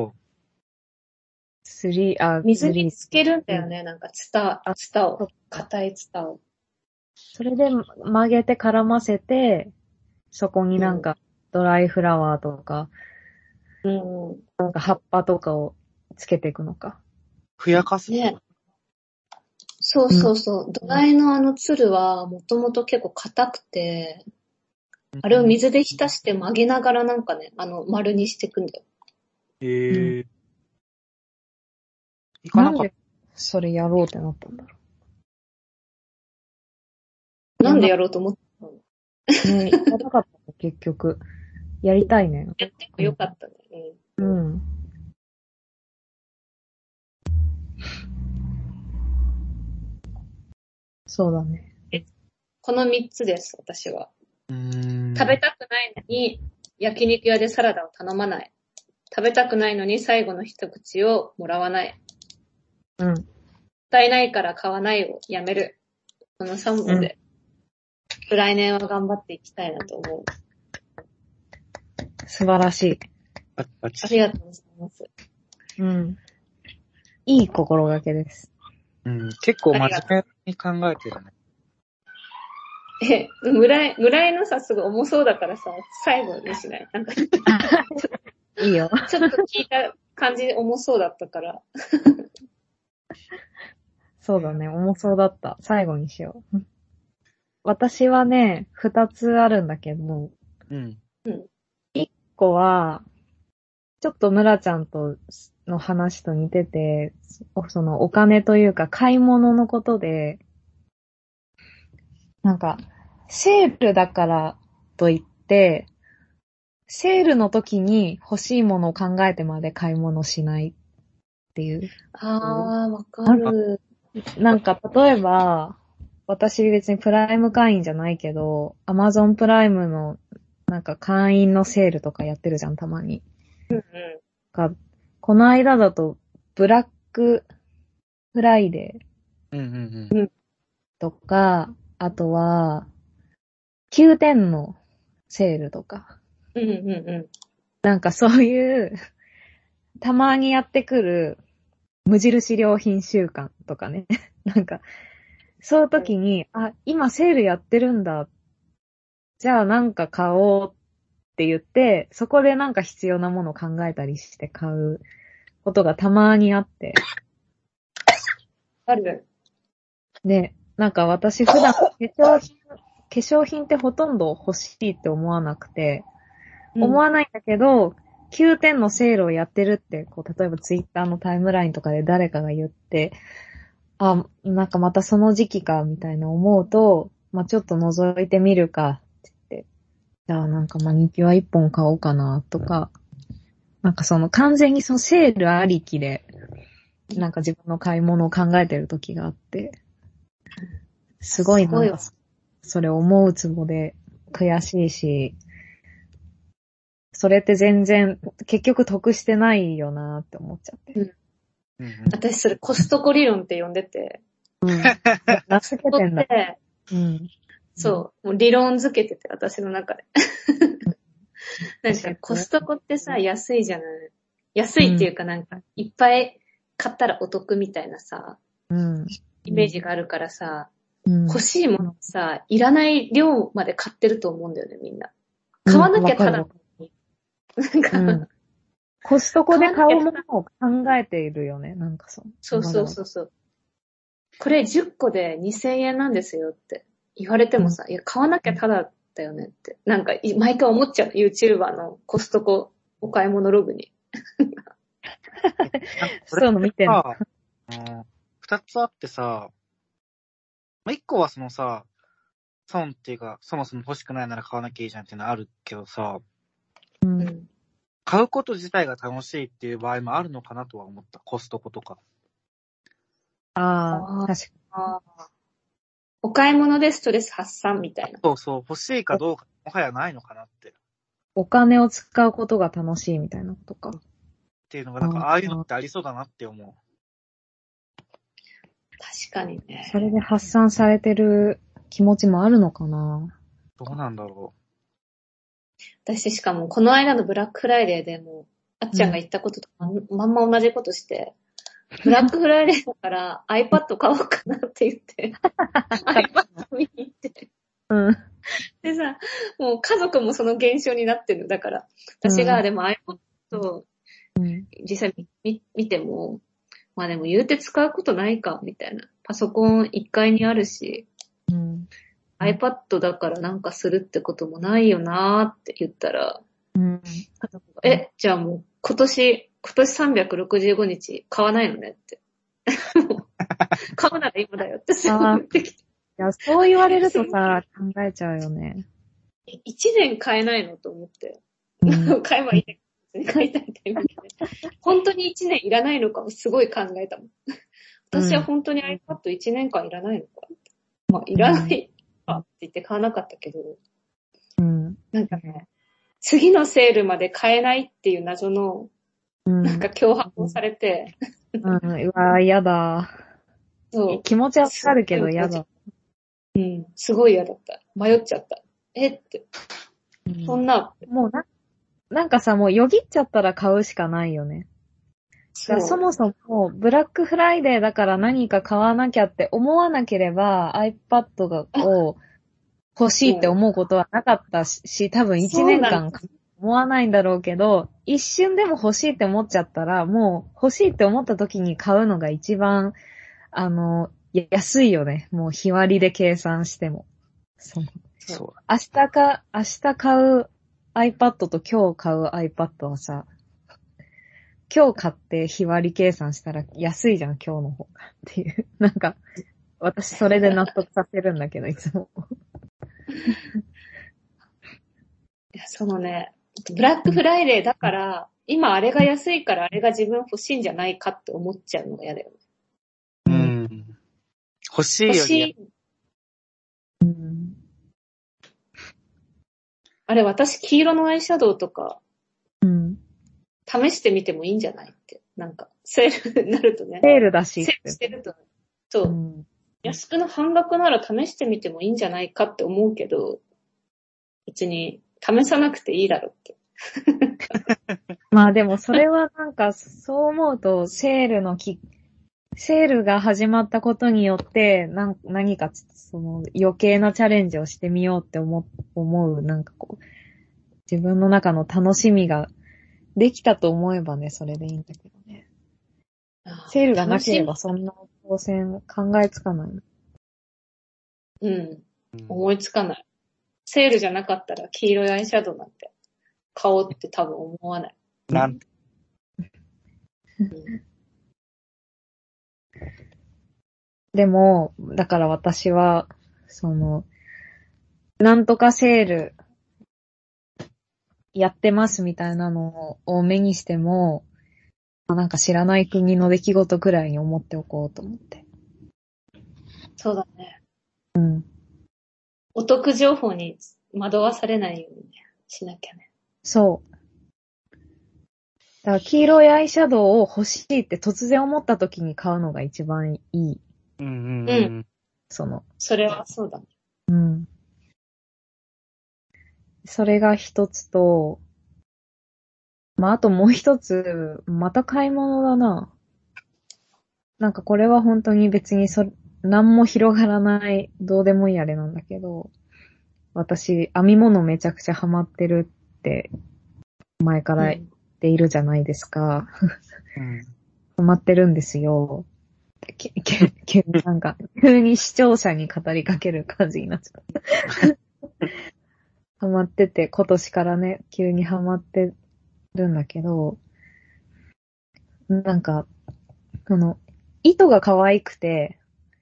水につけるんだよね、なんかツタを、硬いツタを。 それで曲げて絡ませて、そこになんかドライフラワーとか、なんか葉っぱとかをつけていくのか。 ふやかすね。そうそうそう。ドライのツルはもともと結構硬くて、あれを水で浸して曲げながらなんかね、丸にしていくんだよ。 行かなかった。 なんでそれやろうってなったんだろう。なんでやろうと思ったの？ ね、やらなかったの結局。やりたいね。 やってもよかったね。 うん。そうだね。 この3つです、私は。 食べたくないのに焼肉屋でサラダを頼まない。食べたくないのに最後の一口をもらわない。もったいないから買わないをやめる。この3本で、来年は頑張っていきたいなと思う。 素晴らしい。 ありがとうございます。 いい心がけです。 結構真面目に考えてるね。 村井のさ、すごい重そうだからさ、最後にしない？なんかいいよ。 ちょっと聞いた感じ重そうだったから。 そうだね、重そうだった。最後にしよう。私はね、2つあるんだけど、1個は、ちょっと村ちゃんとの話と似てて、そのお金というか買い物のことで、なんか、セールだからといって、セールの時に欲しいものを考えてまで買い物しないっていう。 わかる。 なんか、例えば、私別にプライム会員じゃないけど、アマゾンプライムのなんか会員のセールとかやってるじゃん、たまに。この間だと、ブラックフライデーとか、あとは、9点のセールとか。なんかそういう、たまにやってくる、無印良品週間とかね。なんか、そういう時に、今セールやってるんだ。じゃあなんか買おうって言って、そこでなんか必要なものを考えたりして買うことがたまにあって。 ある。 ね、なんか私普段化粧品ってほとんど欲しいって思わなくて、思わないんだけど、9点のセールをやってるって、こう、例えばツイッターのタイムラインとかで誰かが言って、なんかまたその時期か、みたいな思うと、ちょっと覗いてみるか、って言って、じゃあなんかマニキュア1本買おうかな、とか、なんかその完全にそのセールありきで、なんか自分の買い物を考えてる時があって、すごいなんか、それ思うつぼで悔しいし、それって全然、結局得してないよなって思っちゃって。 私それコストコ理論って呼んでて。 名付けてんだ。 そう、もう理論づけてて、私の中で。なんかコストコってさ、安いじゃない。安いっていうかなんか、いっぱい買ったらお得みたいなさ、イメージがあるからさ、欲しいものさ、いらない量まで買ってると思うんだよね、みんな。買わなきゃただ、 なんか、コストコで買うものを考えているよね、なんかそう。 これ10個で2000円なんですよって言われてもさ、いや、買わなきゃただだよねって。なんか、毎回思っちゃう。YouTuber のコストコお買い物ログに。 そういうの見てんの。 2つあってさ、1個はそのさ、損っていうか、そもそも欲しくないなら買わなきゃいいじゃんっていうのはあるけどさ、買うこと自体が楽しいっていう場合もあるのかなとは思った。コストコとか。 確かに。 お買い物でストレス発散みたいな。 そうそう、欲しいかどうかもはやないのかなって。 お金を使うことが楽しいみたいなことか。 っていうのが、なんか、ああいうのってありそうだなって思う。 確かにね。 それで発散されてる気持ちもあるのかな。 どうなんだろ私しかもこの間のブラックフライデーでも、あっちゃんが言ったこととまんま同じことして、ブラックフライデーだから iPad 買おうかなって言って、iPad 見に行って。 うん。 でさ、もう家族もその現象になってる。だから、私がでも iPad を実際見ても、まあでも言うて使うことないか、みたいな。パソコン1階にあるし、iPad だからなんかするってこともないよなーって言ったら、家族がじゃあもう今年365日買わないのねって。買うなら今だよってすぐ言ってきて。 いや、そう言われるとさ、考えちゃうよね。 1年買えないのと思って。買えばいいね。買いたいタイミングで。本当に1年いらないのかもすごい考えたもん。私は本当に iPad1 年間いらないのかって。まあ、いらないかって言って買わなかったけど。なんかね、次のセールまで買えないっていう謎の、なんか脅迫をされて。 うわぁ、嫌だ。そう。気持ちはわかるけど嫌だ。 すごい嫌だった。迷っちゃった。って。そんな。 もうなんかさ、もうよぎっちゃったら買うしかないよね。そもそも、ブラックフライデーだから何か買わなきゃって思わなければ iPad を欲しいって思うことはなかったし、多分1年間思わないんだろうけど、一瞬でも欲しいって思っちゃったら、もう欲しいって思った時に買うのが一番、安いよね。もう日割りで計算しても。そう。明日買う iPad と今日買う iPad はさ、今日買って日割り計算したら安いじゃん、今日の方が。っていう。なんか、私それで納得させるんだけど、いつも。 いや、そのね、ブラックフライデーだから、今あれが安いからあれが自分欲しいんじゃないかって思っちゃうのが嫌だよね。 欲しいより。 あれ、私黄色のアイシャドウとか、試してみてもいいんじゃないって。なんか、セールになるとね。 セールだし。 セールしてると。そう。安くの半額なら試してみてもいいんじゃないかって思うけど、別に試さなくていいだろって。 まあでもそれはなんか、そう思うと、セールが始まったことによって、何かその余計なチャレンジをしてみようって思う、なんかこう、自分の中の楽しみができたと思えばね、それでいいんだけどね。セールがなければそんな挑戦考えつかない。 思いつかない。セールじゃなかったら黄色いアイシャドウなんて買おうって多分思わない。 なんて。 でも、だから私は、なんとかセールやってますみたいなのを目にしても、なんか知らない国の出来事くらいに思っておこうと思って。 そうだね。お得情報に惑わされないようにしなきゃね。 そう。だから黄色いアイシャドウを欲しいって突然思った時に買うのが一番いい。 それはそうだね。 それが一つと、あともう一つ、また買い物だな。なんかこれは本当に別に何も広がらない、どうでもいいあれなんだけど、私、編み物めちゃくちゃハマってるって、前から言っているじゃないですか。ハマってるんですよ。なんか、急に視聴者に語りかける感じになっちゃった。ハマってて、今年からね、急にハマってるんだけど、なんか、糸が可愛くて、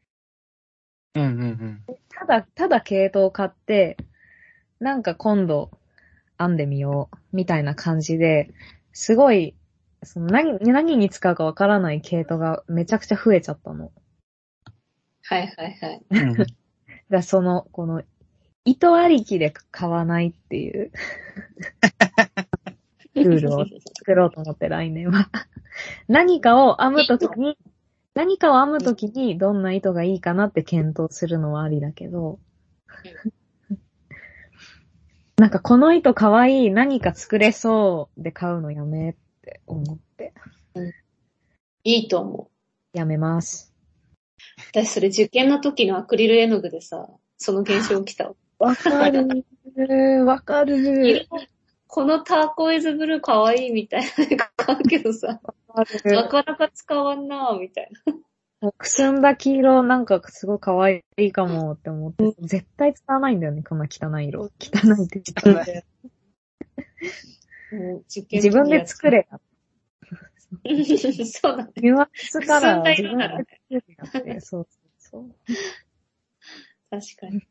ただ毛糸を買って、なんか今度編んでみよう、みたいな感じで、すごい、何に使うかわからない毛糸がめちゃくちゃ増えちゃったの。 はいはいはい。 だこの、 糸ありきで買わないっていうルールを作ろうと思って来年は。何かを編むときにどんな糸がいいかなって検討するのはありだけど、なんかこの糸かわいい、何か作れそうで買うのやめって思って。 いいと思う。 やめます。 私それ受験の時のアクリル絵の具でさ、その現象起きたわ。 わかる。わかる。 このターコイズブルーかわいいみたいな買うけどさ、なかなか使わんなぁみたいな。 くすんだ黄色なんかすごい可愛いかもって思って、絶対使わないんだよね、こんな汚い色。汚いって言ったら。自分で作れ。 そうだね。 ニュアンスから自分で作れって。そうそう。 確かに。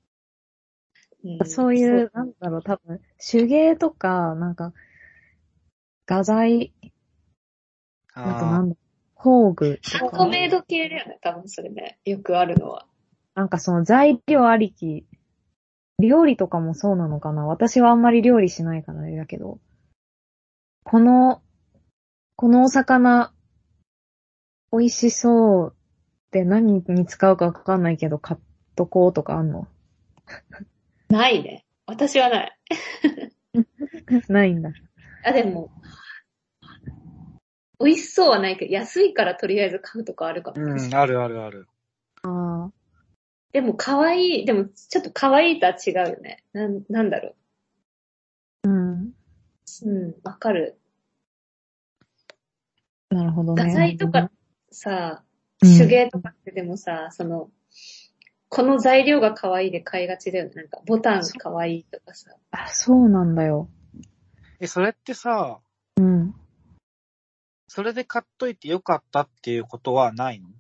そういう、なんだろう、多分、手芸とか、なんか、画材、あとなんだ、工具とか。 ハンドメイド系だよね、多分それね。よくあるのは。 なんかその材料ありき、料理とかもそうなのかな。私はあんまり料理しないからあれだけど、このお魚、美味しそうって何に使うかわかんないけど、買っとこうとかあんの？ ないね。私はない。 ないんだ。 あ、でも、美味しそうはないけど、安いからとりあえず買うとかあるかも。 あるあるある。 ああ。 でも可愛い、でもちょっと可愛いとは違うよね。なんだろうん。 わかる。 なるほどね。 画材とかさ、手芸とかってでもさ、この材料が可愛いで買いがちだよね。なんか、ボタン可愛いとかさ。 あ、そうなんだよ。 それってさ、それで買っといてよかったっていうことはないの？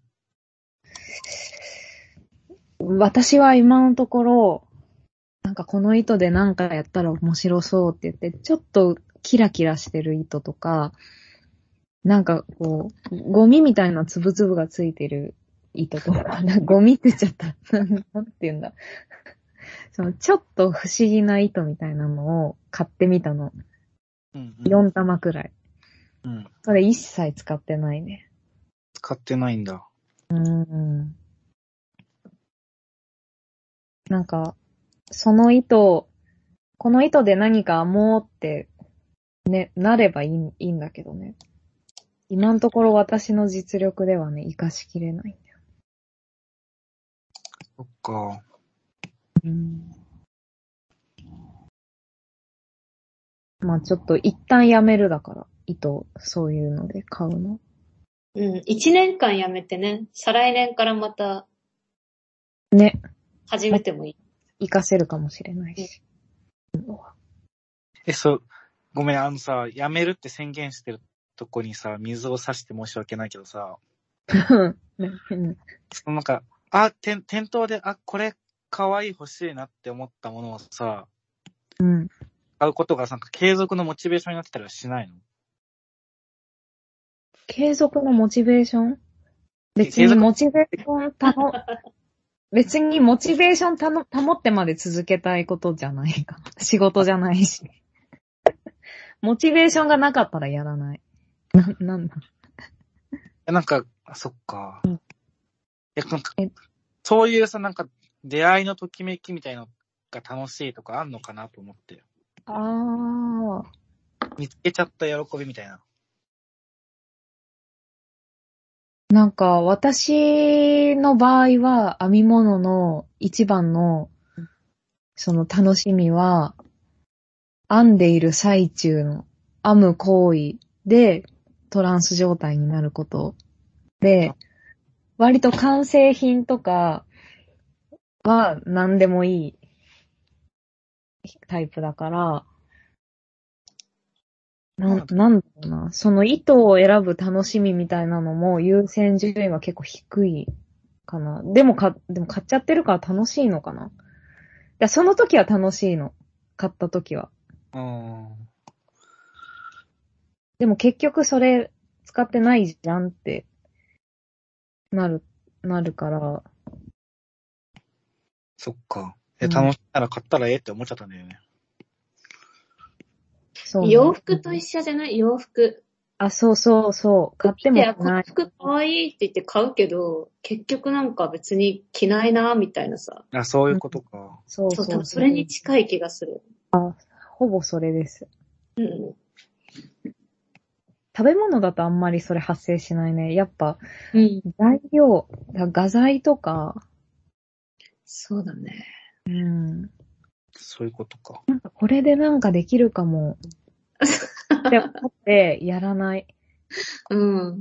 私は今のところ、なんかこの糸でなんかやったら面白そうって言って、ちょっとキラキラしてる糸とか、なんかこう、ゴミみたいなつぶつぶがついてる糸とか、ゴミって言っちゃった。なんて言うんだ。ちょっと不思議な糸みたいなのを買ってみたの。4玉くらい。それ一切使ってないね。 使ってないんだ。 なんか、この糸で何か編もうって、ね、なればいいんだけどね。今のところ私の実力ではね、活かしきれないんだよ。 そっか。 まあちょっと一旦やめるだから、糸、そういうので買うの。 1年間やめてね、再来年からまた、 ね。 始めてもいい。 活かせるかもしれないし。 ごめん、やめるって宣言してるとこにさ、水を差して申し訳ないけどさ、なんか、店頭で、これ可愛い欲しいなって思ったものをさ、買うことがなんか継続のモチベーションになってたりはしないの？ 継続のモチベーション？別にモチベーション保ってまで続けたいことじゃないか。仕事じゃないし。モチベーションがなかったらやらない。なんだ。 なんか、そっか。なんかそういうさ、なんか、出会いのときめきみたいのが楽しいとかあんのかなと思って。見つけちゃった喜びみたいな。 なんか、私の場合は、編み物の一番の、その楽しみは、編んでいる最中の編む行為でトランス状態になることで、割と完成品とかは何でもいいタイプだから、なんだろうな。その糸を選ぶ楽しみみたいなのも優先順位は結構低いかな。でも買っちゃってるから楽しいのかな。その時は楽しいの。買った時は。でも結局それ使ってないじゃんってなるから。 そっか。 楽しいなら買ったらええって思っちゃったんだよね。 そうね。 洋服と一緒じゃない？洋服。 あ、そうそうそう。買っても見て、このない。 服かわいいって言って買うけど、結局なんか別に着ないな、みたいなさ。 あ、そういうことか。 そう、 そうそう多分それに近い気がする。 ほぼそれです。 うん。 食べ物だとあんまりそれ発生しないね。やっぱ、 うん。 材料、画材とか、 そうだね。 うん。 そういうことか。 なんかこれでなんかできるかもって思ってやらない。 うん、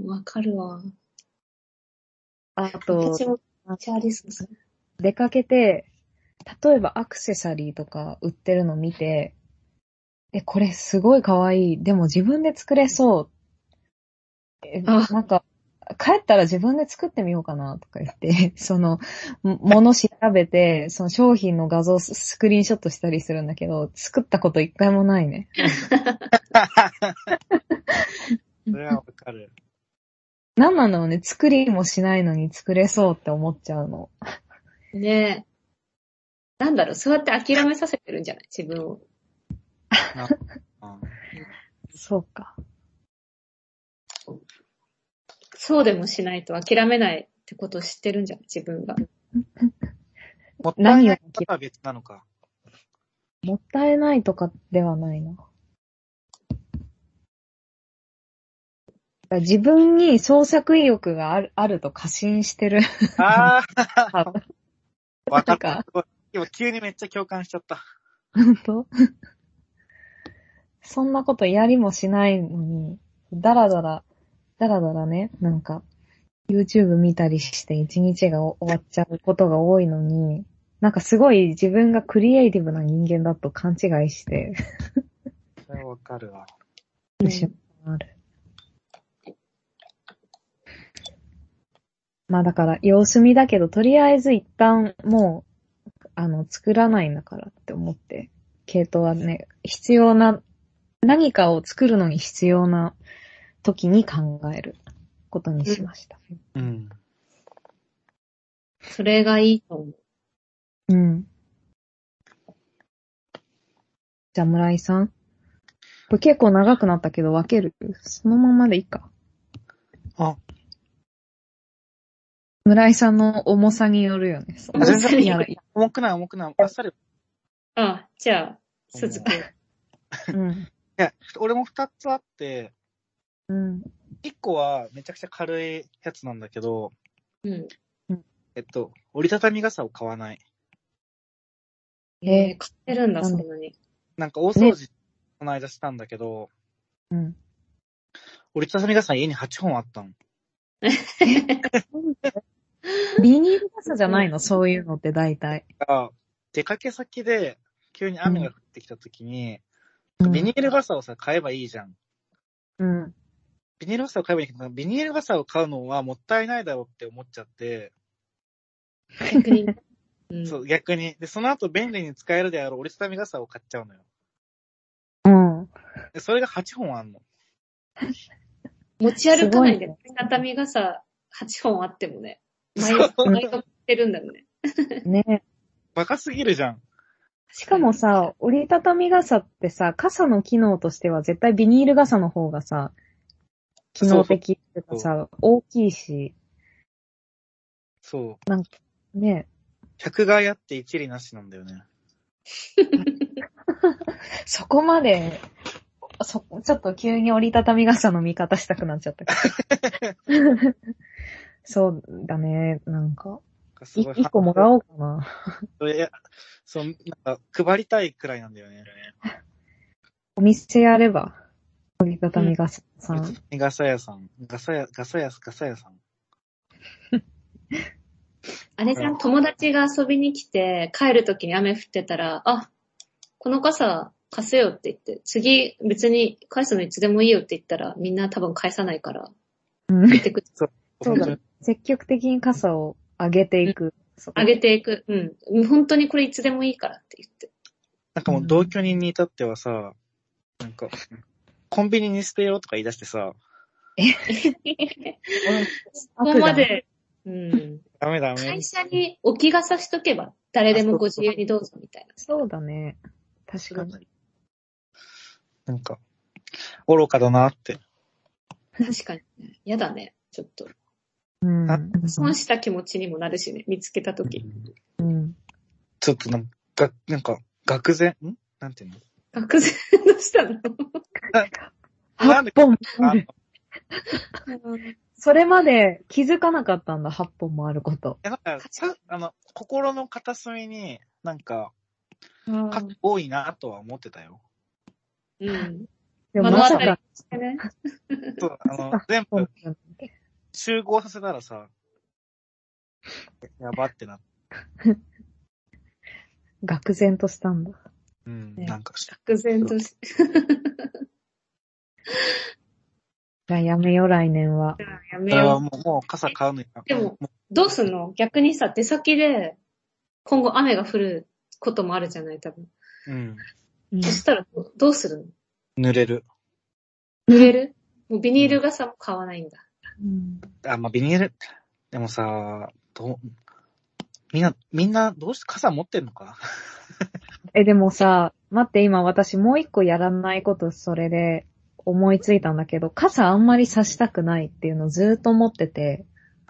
わかるわ。 あと、 私もめっちゃありそうそれ。 出かけて、例えばアクセサリーとか売ってるの見て、これすごい可愛い。でも自分で作れそう。 あ、 なんか、帰ったら自分で作ってみようかなとか言って、もの調べて、その商品の画像スクリーンショットしたりするんだけど、作ったこと一回もないね。 それはわかる。 なんなのね、作りもしないのに作れそうって思っちゃうの。 ねえ。なんだろう、そうやって諦めさせてるんじゃない？自分を。 あそうか。 そうでもしないと諦めないってことを知ってるんじゃない？自分が。 もったいないことは別なのか。 もったいないとかではないな。自分に創作意欲があると過信してる。 ああ、わかった。 なんかすごい今急にめっちゃ共感しちゃった。 本当そんなことやりもしないのに、だらだらね、なんか、YouTube 見たりして一日が終わっちゃうことが多いのに、なんかすごい自分がクリエイティブな人間だと勘違いして、 それはわかるわ。 ある。まあだから様子見だけど、とりあえず一旦もう、作らないんだからって思って、系統はね、必要な、何かを作るのに必要な時に考えることにしました。 うん。 それがいいと思う。 うん。じゃあ村井さん。これ結構長くなったけど分ける？そのままでいいか。 あ、 村井さんの重さによるよね。 重さによる。 重くない。あっさり。 あ、じゃあ、鈴木。 うん。 いや、俺も二つあって、 うん。 一個はめちゃくちゃ軽いやつなんだけど、 うん。 折りたたみ傘を買わない。 買ってるんだ、 なんでそんなに。 なんか大掃除、この間したんだけど、 うん。 折りたたみ傘家に8本あったの。 ビニール傘じゃないの？そういうのって大体。 出かけ先で急に雨が降ってきた時に、 うん、 ビニール傘をさ、買えばいいじゃん。 うん。 ビニール傘を買えばいいけど、ビニール傘を買うのはもったいないだろうって思っちゃって、 逆に。うん、 そう、逆に。で、その後便利に使えるであろう折りたたみ傘を買っちゃうのよ。 うん。 で、それが8本あんの。 持ち歩かないで、 すごいね。 畳傘8本あってもね。毎そう度買ってるんだよね。 ね。 バカすぎるじゃん。 しかもさ、折りたたみ傘ってさ、傘の機能としては絶対ビニール傘の方がさ、機能的っていうかさ、大きいし、 そう。 なんか、ね。 百害あって一理なしなんだよね。 そこまで、ちょっと急に折りたたみ傘の見方したくなっちゃったけど。そうだね、なんか。 すごい一個もらおうかな。 いや、そう、なんか配りたいくらいなんだよね。 お店やれば。折りたたみ傘さん。 ガサ屋さん。ガサ屋さん。 あれじゃん、友達が遊びに来て、帰るときに雨降ってたら、あ、この傘貸せよって言って、次別に返すのいつでもいいよって言ったら、みんな多分返さないから、 うん。 言ってくる。 そうだ。積極的に傘を上げていく。 上げていく。うん。本当にこれいつでもいいからって言って。 なんかもう同居人に至ってはさ、なんか、コンビニに捨てようとか言い出してさ、 ここまで、うん。 ダメダメ。 会社に置き傘しとけば、誰でもご自由にどうぞみたいな。 そうだね。確かに。 なんか、愚かだなって。 確かにね。やだね。ちょっと。 うん。 損した気持ちにもなるしね、見つけたとき。 うん。 ちょっとなんか、愕然なんていうの愕然としたの。 8本もある。それまで気づかなかったんだ、8本もあること。 なんか心の片隅に、なんか、 うん多いなとは思ってたよ。 うん。 でもまさか、 ね、 そう、全部、集合させたらさ、やばってなって。 愕然としたんだ。 うん、なんか愕然として。 じゃあやめよ、来年は。 やめよう。 もう傘買うのに。 でも、どうすんの？逆にさ、出先で、今後雨が降ることもあるじゃない、多分。 うん。 そしたらどうするの？濡れる。 濡れる？もうビニール傘も買わないんだ。 ビニール、でもさ、みんな、どうして傘持ってんのかでもさ、待って、今私もう一個やらないことそれで思いついたんだけど、傘あんまり差したくないっていうのをずーっと思ってて。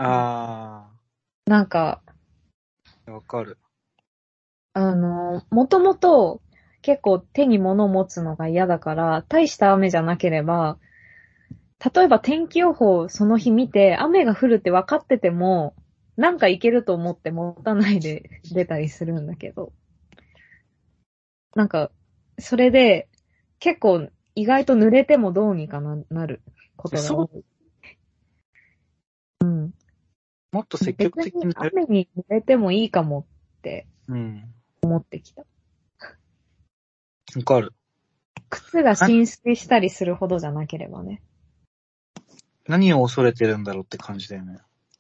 なんか、 わかる。 もともと結構手に物を持つのが嫌だから、大した雨じゃなければ、例えば天気予報その日見て、雨が降るって分かってても、なんかいけると思って持たないで出たりするんだけど。なんか、それで、結構意外と濡れてもどうにかなることが多い。うん。 もっと積極的に。 雨に濡れてもいいかもって思ってきた。 わかる。 靴が浸水したりするほどじゃなければね。 何を恐れてるんだろうって感じだよね。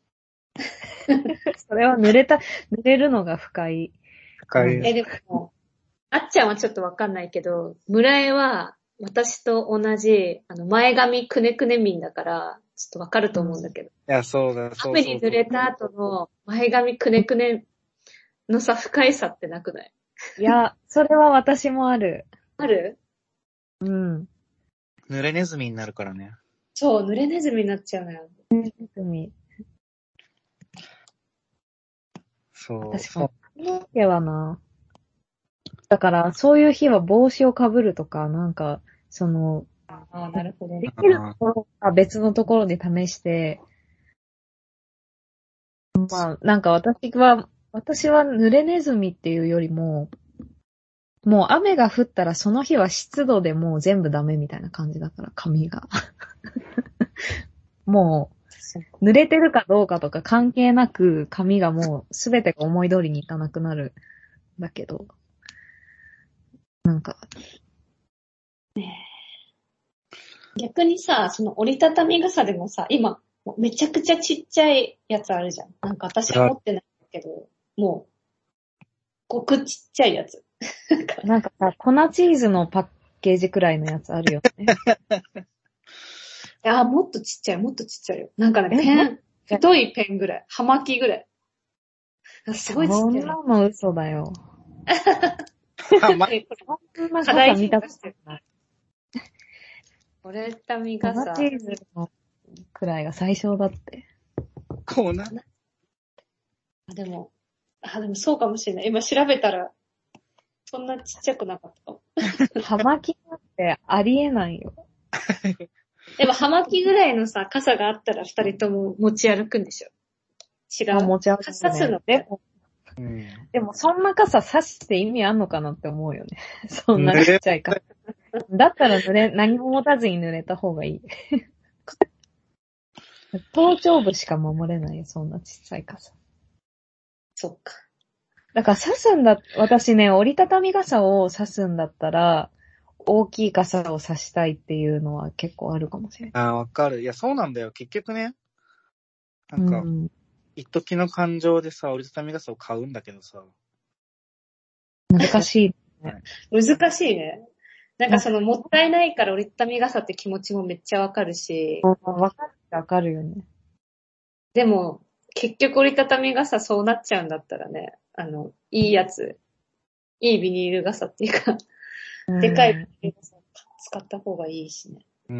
それは濡れるのが不快。 でも、あっちゃんはちょっとわかんないけど、村江は私と同じ、前髪くねくね民だから、ちょっとわかると思うんだけど。 いや、そうだ、そう。 雨に濡れた後の前髪くねくねのさ、不快さってなくない？ いや、それは私もある。 ある？ うん。 濡れネズミになるからね。 そう、濡れネズミになっちゃうのよ。 濡れネズミ。 そう。 確かに。髪の毛はな。だから、そういう日は帽子をかぶるとか、なんか、 なるほど。 できるところか別のところで試して、まあ、なんか私は濡れネズミっていうよりも、もう雨が降ったらその日は湿度でもう全部ダメみたいな感じだから、髪が。もう、濡れてるかどうかとか関係なく、髪がもうすべてが思い通りにいかなくなる。だけど、なんか。 逆にさ、その折りたたみ傘でもさ、今、めちゃくちゃちっちゃいやつあるじゃん。なんか私は持ってないけど、もう、ごくちっちゃいやつ。 なんかさ、粉チーズのパッケージくらいのやつあるよね。 いや、もっとちっちゃいよ。なんかね、太いペンぐらい。葉巻ぐらい。すごいちっちゃい。 そんなの嘘だよ。 葉巻そんな傘見たことない。 折れたみ傘。 粉チーズのくらいが最小だって。 こうな。 でもそうかもしれない。今調べたら、そんなちっちゃくなかったかも。 葉巻なんてありえないよ。 でも葉巻ぐらいのさ、傘があったら二人とも持ち歩くんでしょ？違う。 持ち歩く、ね。 傘すのでもそんな傘差して意味あんのかなって思うよね。そんなちっちゃい傘。だったら何も持たずに濡れた方がいい。頭頂部しか守れないよ、そんなちっちゃい傘。 そっか。 だから私ね、折りたたみ傘を差すんだったら、大きい傘を差したいっていうのは結構あるかもしれない。 わかる。いや、そうなんだよ。結局ね。なんか、一時の感情でさ、折りたたみ傘を買うんだけどさ。 難しい、 ね。難しいね。なんかもったいないから折りたたみ傘って気持ちもめっちゃわかるし。 わかるよね。 でも、 結局折りたたみ傘そうなっちゃうんだったらね、いいやつ、いいビニール傘っていうか、でかいビニール傘使った方がいいしね。 うん。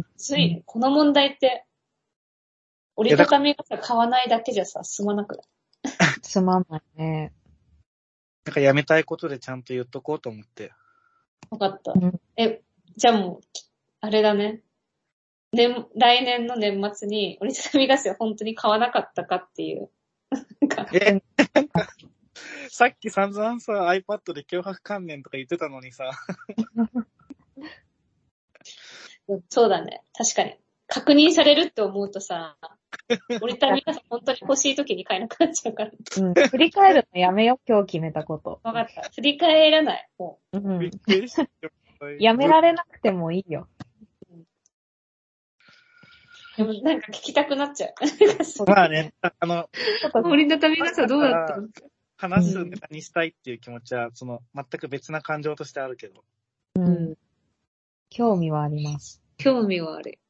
ついね、この問題って、折りたたみ傘買わないだけじゃさ、済まなくない？ つまんないね。 なんかやめたいことでちゃんと言っとこうと思って。 わかった。じゃあもう、あれだね。来年の年末に折りたたみ傘を本当に買わなかったかっていう。 さっき散々さ、iPad で脅迫観念とか言ってたのにさ。 そうだね。確かに。確認されるって思うとさ、折りたたみ傘本当に欲しい時に買えなくなっちゃうから。 振り返るのやめよ、今日決めたこと。 わかった。振り返らない。もう。 びっくりした。 やめられなくてもいいよ。 でもなんか聞きたくなっちゃう。 まあね、 折りたたみ傘どうだったの？ 話すネタにしたいっていう気持ちは、全く別な感情としてあるけど。 興味はあります。 興味はある。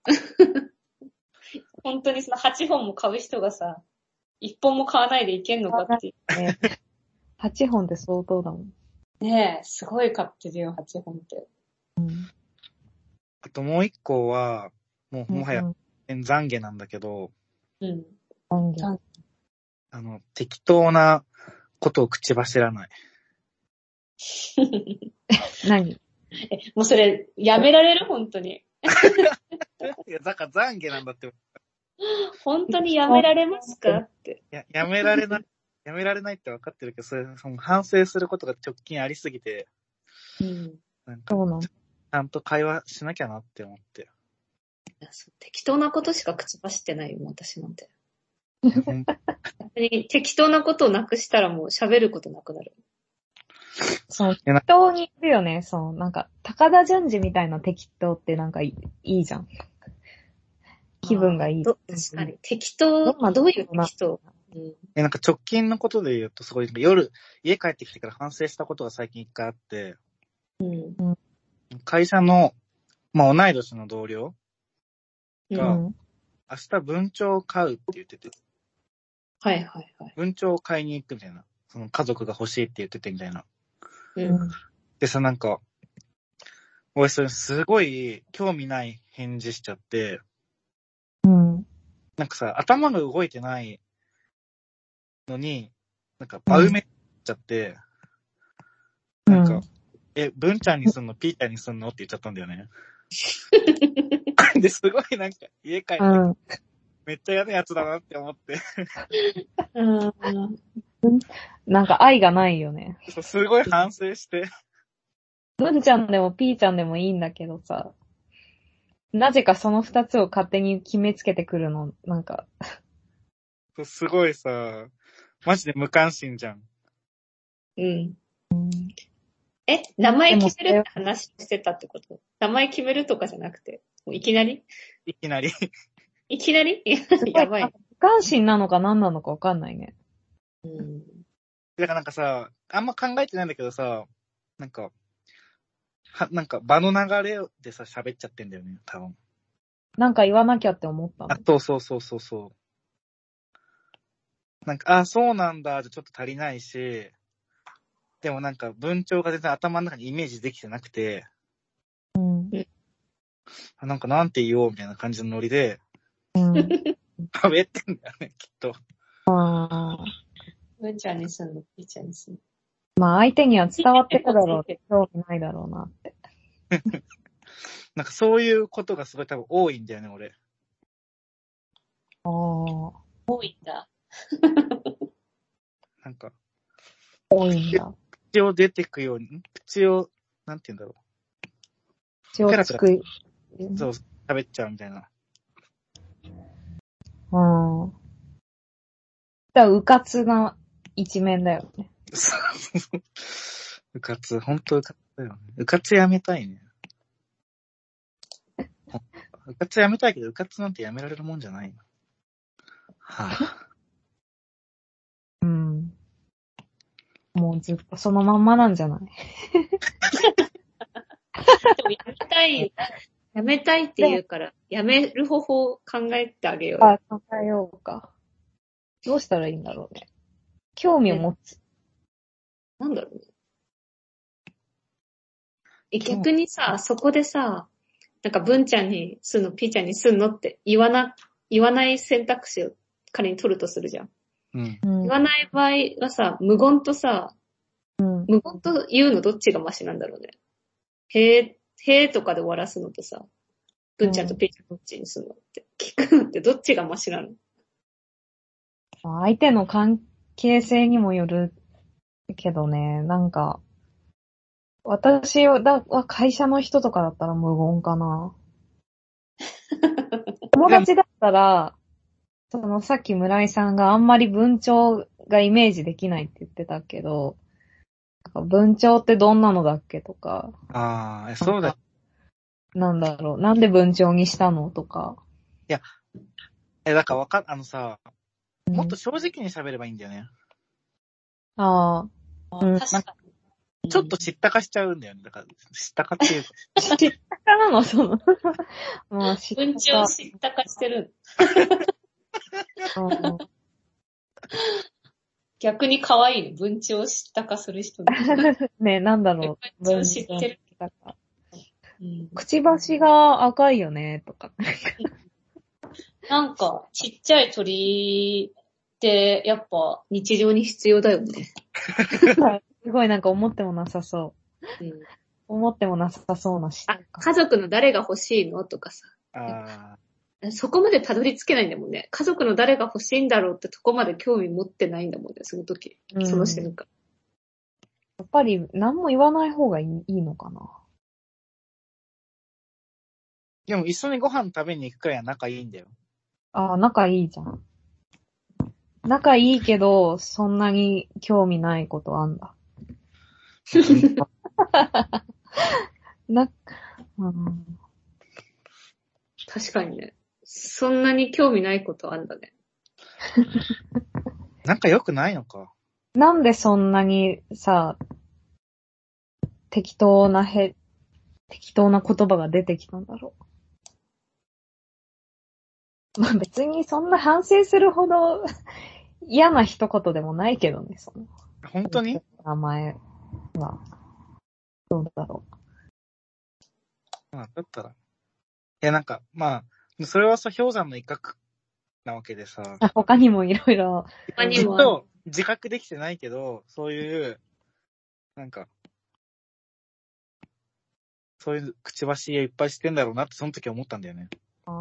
本当にその8本も買う人がさ、1本も買わないでいけんのかっていう。 ね、8本って相当だもん。 ねえ、すごい買ってるよ、8本って。 あともう一個は、もはや、懺悔なんだけど、適当なことを口走らない。 何？ もうそれ、やめられる？本当に。 いや、だから懺悔なんだって。 本当にやめられますかって。 やめられない。やめられないって分かってるけど、その反省することが直近ありすぎて、なんか、ちゃんと会話しなきゃなって思って。 適当なことしか口走ってないよ、私なんて。適当なことをなくしたらもう喋ることなくなる。 そう、適当に言うよね。そう、なんか、高田純次みたいな適当ってなんかいいじゃん。気分がいい。 確かに。適当、どういう適当？ なんか直近のことで言うと、すごい、夜、家帰ってきてから反省したことが最近一回あって、会社の、同い年の同僚が、明日文鳥を買うって言ってて。 はいはいはい。 文鳥を買いに行くみたいな。その家族が欲しいって言っててみたいな。でさ、なんか、俺それすごい興味ない返事しちゃって、なんかさ、頭が動いてないのに、なんか、場埋めちゃって、なんか、文ちゃんにすんの、ピーちゃんにすんのって言っちゃったんだよね。で、すごいなんか、家帰って、めっちゃ嫌なやつだなって思って。 なんか愛がないよね。 すごい反省して。 文ちゃんでもピーちゃんでもいいんだけどさ、なぜかその二つを勝手に決めつけてくるの、なんか。 すごいさ、マジで無関心じゃん。 名前決めるって話してたってこと？名前決めるとかじゃなくて、もういきなりいきなりやばい。 無関心なのか何なのかわかんないね。 だからなんかさ、あんま考えてないんだけどさ、なんか場の流れでさ、喋っちゃってんだよね、多分。 なんか言わなきゃって思ったの？ そう。なんか、そうなんだ、じゃちょっと足りないし、でもなんか文鳥が全然頭の中にイメージできてなくて、なんかなんて言おうみたいな感じのノリで、喋ってんだよね、きっと。 文ちゃんにすんの、ピーちゃんにすんの。 まあ相手には伝わってるだろうって、興味ないだろうなって。 なんかそういうことがすごい多分多いんだよね、俺。 多いんだ。 なんか。 多いんだ。 口を出てくように、口を、なんて言うんだろう。 口をつくい。 そう、喋っちゃうみたいな。 だから、うかつな一面だよね。 うかつ、ほんとうかつだよね。うかつやめたいね。うかつやめたいけど、うかつなんてやめられるもんじゃないの。 もうずっとそのまんまなんじゃない？ でもやめたいって言うから、やめる方法を考えてあげよう。 考えようか。 どうしたらいいんだろうね。興味を持つ。 なんだろうね。逆にさ、そこでさ、なんか文ちゃんにすんの、ピーちゃんにすんのって言わない選択肢を仮に取るとするじゃん。 うん。 言わない場合はさ、無言とさ、無言と言うのどっちがマシなんだろうね。へーとかで終わらすのとさ、文ちゃんとピーちゃんどっちにするのって聞くのってどっちがマシなの？ 相手の関係性にもよるけどね、なんか、私は会社の人とかだったら無言かな。友達だったら、さっき村井さんがあんまり文鳥がイメージできないって言ってたけど、文鳥ってどんなのだっけとか、 ああ、そうだ。 なんだろう、なんで文鳥にしたのとか。 いや、だからさ、もっと正直に喋ればいいんだよね。 ああ、うん。 確かに。 ちょっと知ったかしちゃうんだよね。だから、知ったかっていうか。 知ったかなのもう知ったか。 文鳥を知ったかしてる。逆に可愛いね。文鳥を知ったかする人ね、なんだろう。 文鳥知ってる。 くちばしが赤いよね、とか。 なんか、ちっちゃい鳥ってやっぱ日常に必要だよね。 すごいなんか思ってもなさそう。思ってもなさそうなし。 家族の誰が欲しいのとかさ。そこまでたどり着けないんだもんね。家族の誰が欲しいんだろうってとこまで興味持ってないんだもんね、その時。その瞬間。 やっぱり何も言わない方がいいのかな。 でも一緒にご飯食べに行くくらいは仲いいんだよ。 ああ、仲いいじゃん。仲いいけど、そんなに興味ないことあんだ。 確かにね。そんなに興味ないことあんだね。 なんか良くないのか。 なんでそんなにさ、適当な言葉が出てきたんだろう。まあ別にそんな反省するほど嫌な一言でもないけどね、 本当に？ 名前は。どうだろう。だったら。いやなんか、まあ、それはさ、氷山の一角なわけでさ。 他にもいろいろ。 ずっと自覚できてないけど、そういう、なんか、そういう口走りいっぱいしてんだろうなってその時思ったんだよね。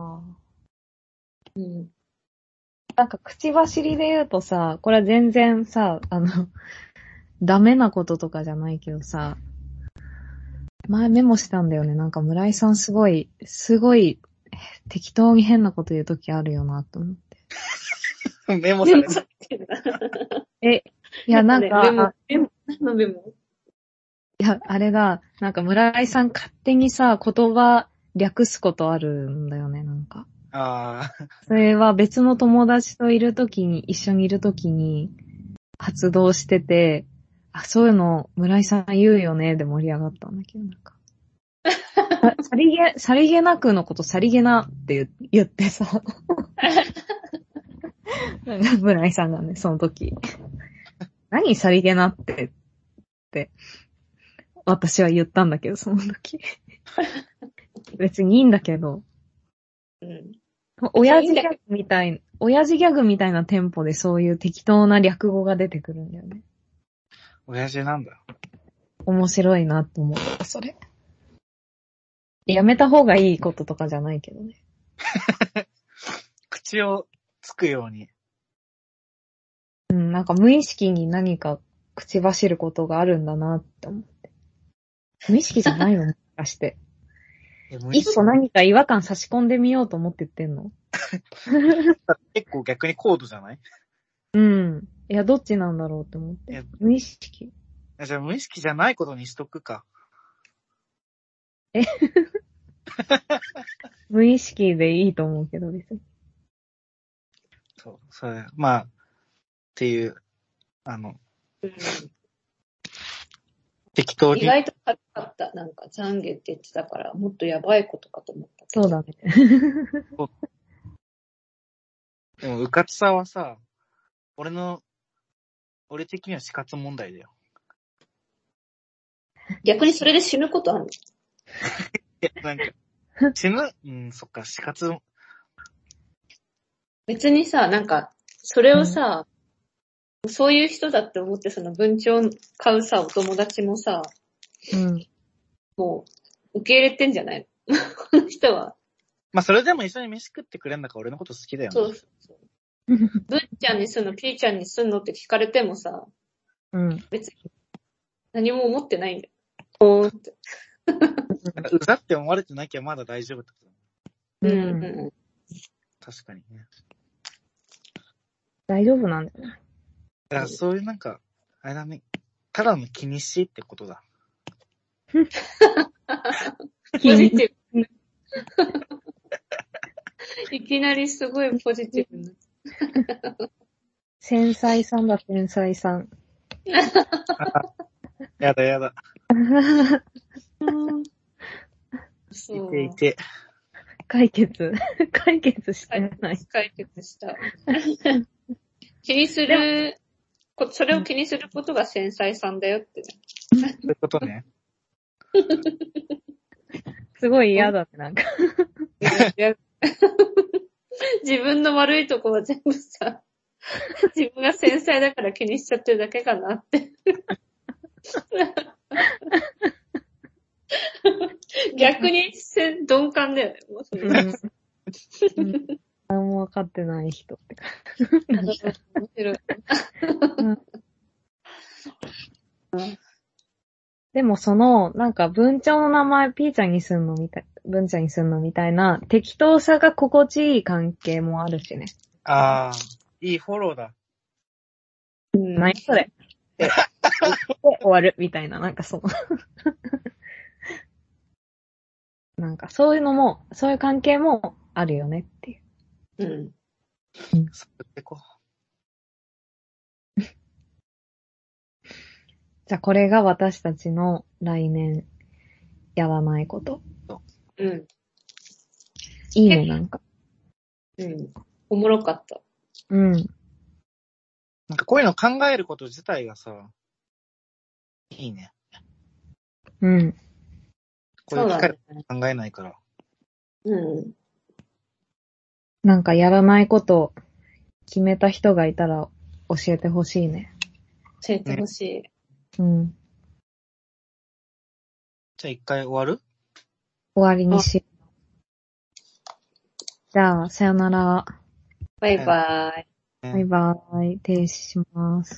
なんか口走りで言うとさ、これは全然さ、ダメなこととかじゃないけどさ、前メモしたんだよね。なんか村井さんすごい適当に変なこと言う時あるよなと思って。 メモされた。 いやなんか、 何のメモ？ いや、あれだ、なんか村井さん勝手にさ、言葉略すことあるんだよね、なんか。それは別の友達と一緒にいるときに発動してて、そういうの村井さん言うよね、で盛り上がったんだけど、なんか。さりげなくのことさりげなって言ってさ。村井さんがね、その時。何さりげなって、私は言ったんだけど、その時。別にいいんだけど。親父ギャグみたいなテンポでそういう適当な略語が出てくるんだよね。 親父なんだ。 面白いなと思った、それ。やめた方がいいこととかじゃないけどね。 口をつくように。 なんか無意識に何か口走ることがあるんだなって思って。無意識じゃないのもしかして。一個何か違和感差し込んでみようと思って言ってんの？ 結構逆に高度じゃない？ いや、どっちなんだろうって思って。無意識？ じゃあ無意識じゃないことにしとくか。 無意識でいいと思うけどですね。 そう、それ、まあ、っていう、適当に。 意外と軽かった。なんか、懺悔って言ってたから、もっとやばいことかと思った。 そうだね。 でも、うかつさはさ、 俺的には死活問題だよ。 逆にそれで死ぬことあるの？ いや、なんか、死ぬそっか、死活。 別にさ、なんか、それをさ、そういう人だって思ってその文鳥買うさ、お友達もさ、もう、受け入れてんじゃないのこの人は。 まあ、それでも一緒に飯食ってくれんだから俺のこと好きだよね。 そうそう。文ちゃんにすんの、ピーちゃんにすんのって聞かれてもさ、別に何も思ってないんだよ。おーって。 うざって思われてなきゃまだ大丈夫ってことだね。確かにね。 大丈夫なんだよね。 だからそういうなんか、あれだね。ただの気にしいってことだ。 ポジティブ。いきなりすごいポジティブな。 繊細さんだ、繊細さん。 やだやだ。 そう。 いて。 解決してない。 解決した。気にする、それを気にすることが繊細さんだよってね。 そういうことね。 すごい嫌だってなんか。 自分の悪いとこは全部さ、自分が繊細だから気にしちゃってるだけかなって。逆に鈍感だよね。もうそれ何も分かってない人ってか。 面白い。 でもなんか文鳥の名前ピーちゃんにすんのみたい、文ちゃんにすんのみたいな適当さが心地いい関係もあるしね。 ああ、いいフォローだ。 何それで終わるみたいな、なんかなんかそういうのも、そういう関係もあるよねっていう。 そうってこじゃあこれが私たちの来年やらないこと。いいね、なんか。 おもろかった。 なんかこういうの考えること自体がさ、いいね。こういう機会考えないから。 なんかやらないこと決めた人がいたら教えてほしいね。 教えてほしい。 じゃあ一回終わる？ 終わりにしよう。じゃあ、さよなら。 バイバイ。 バイバイ。停止します。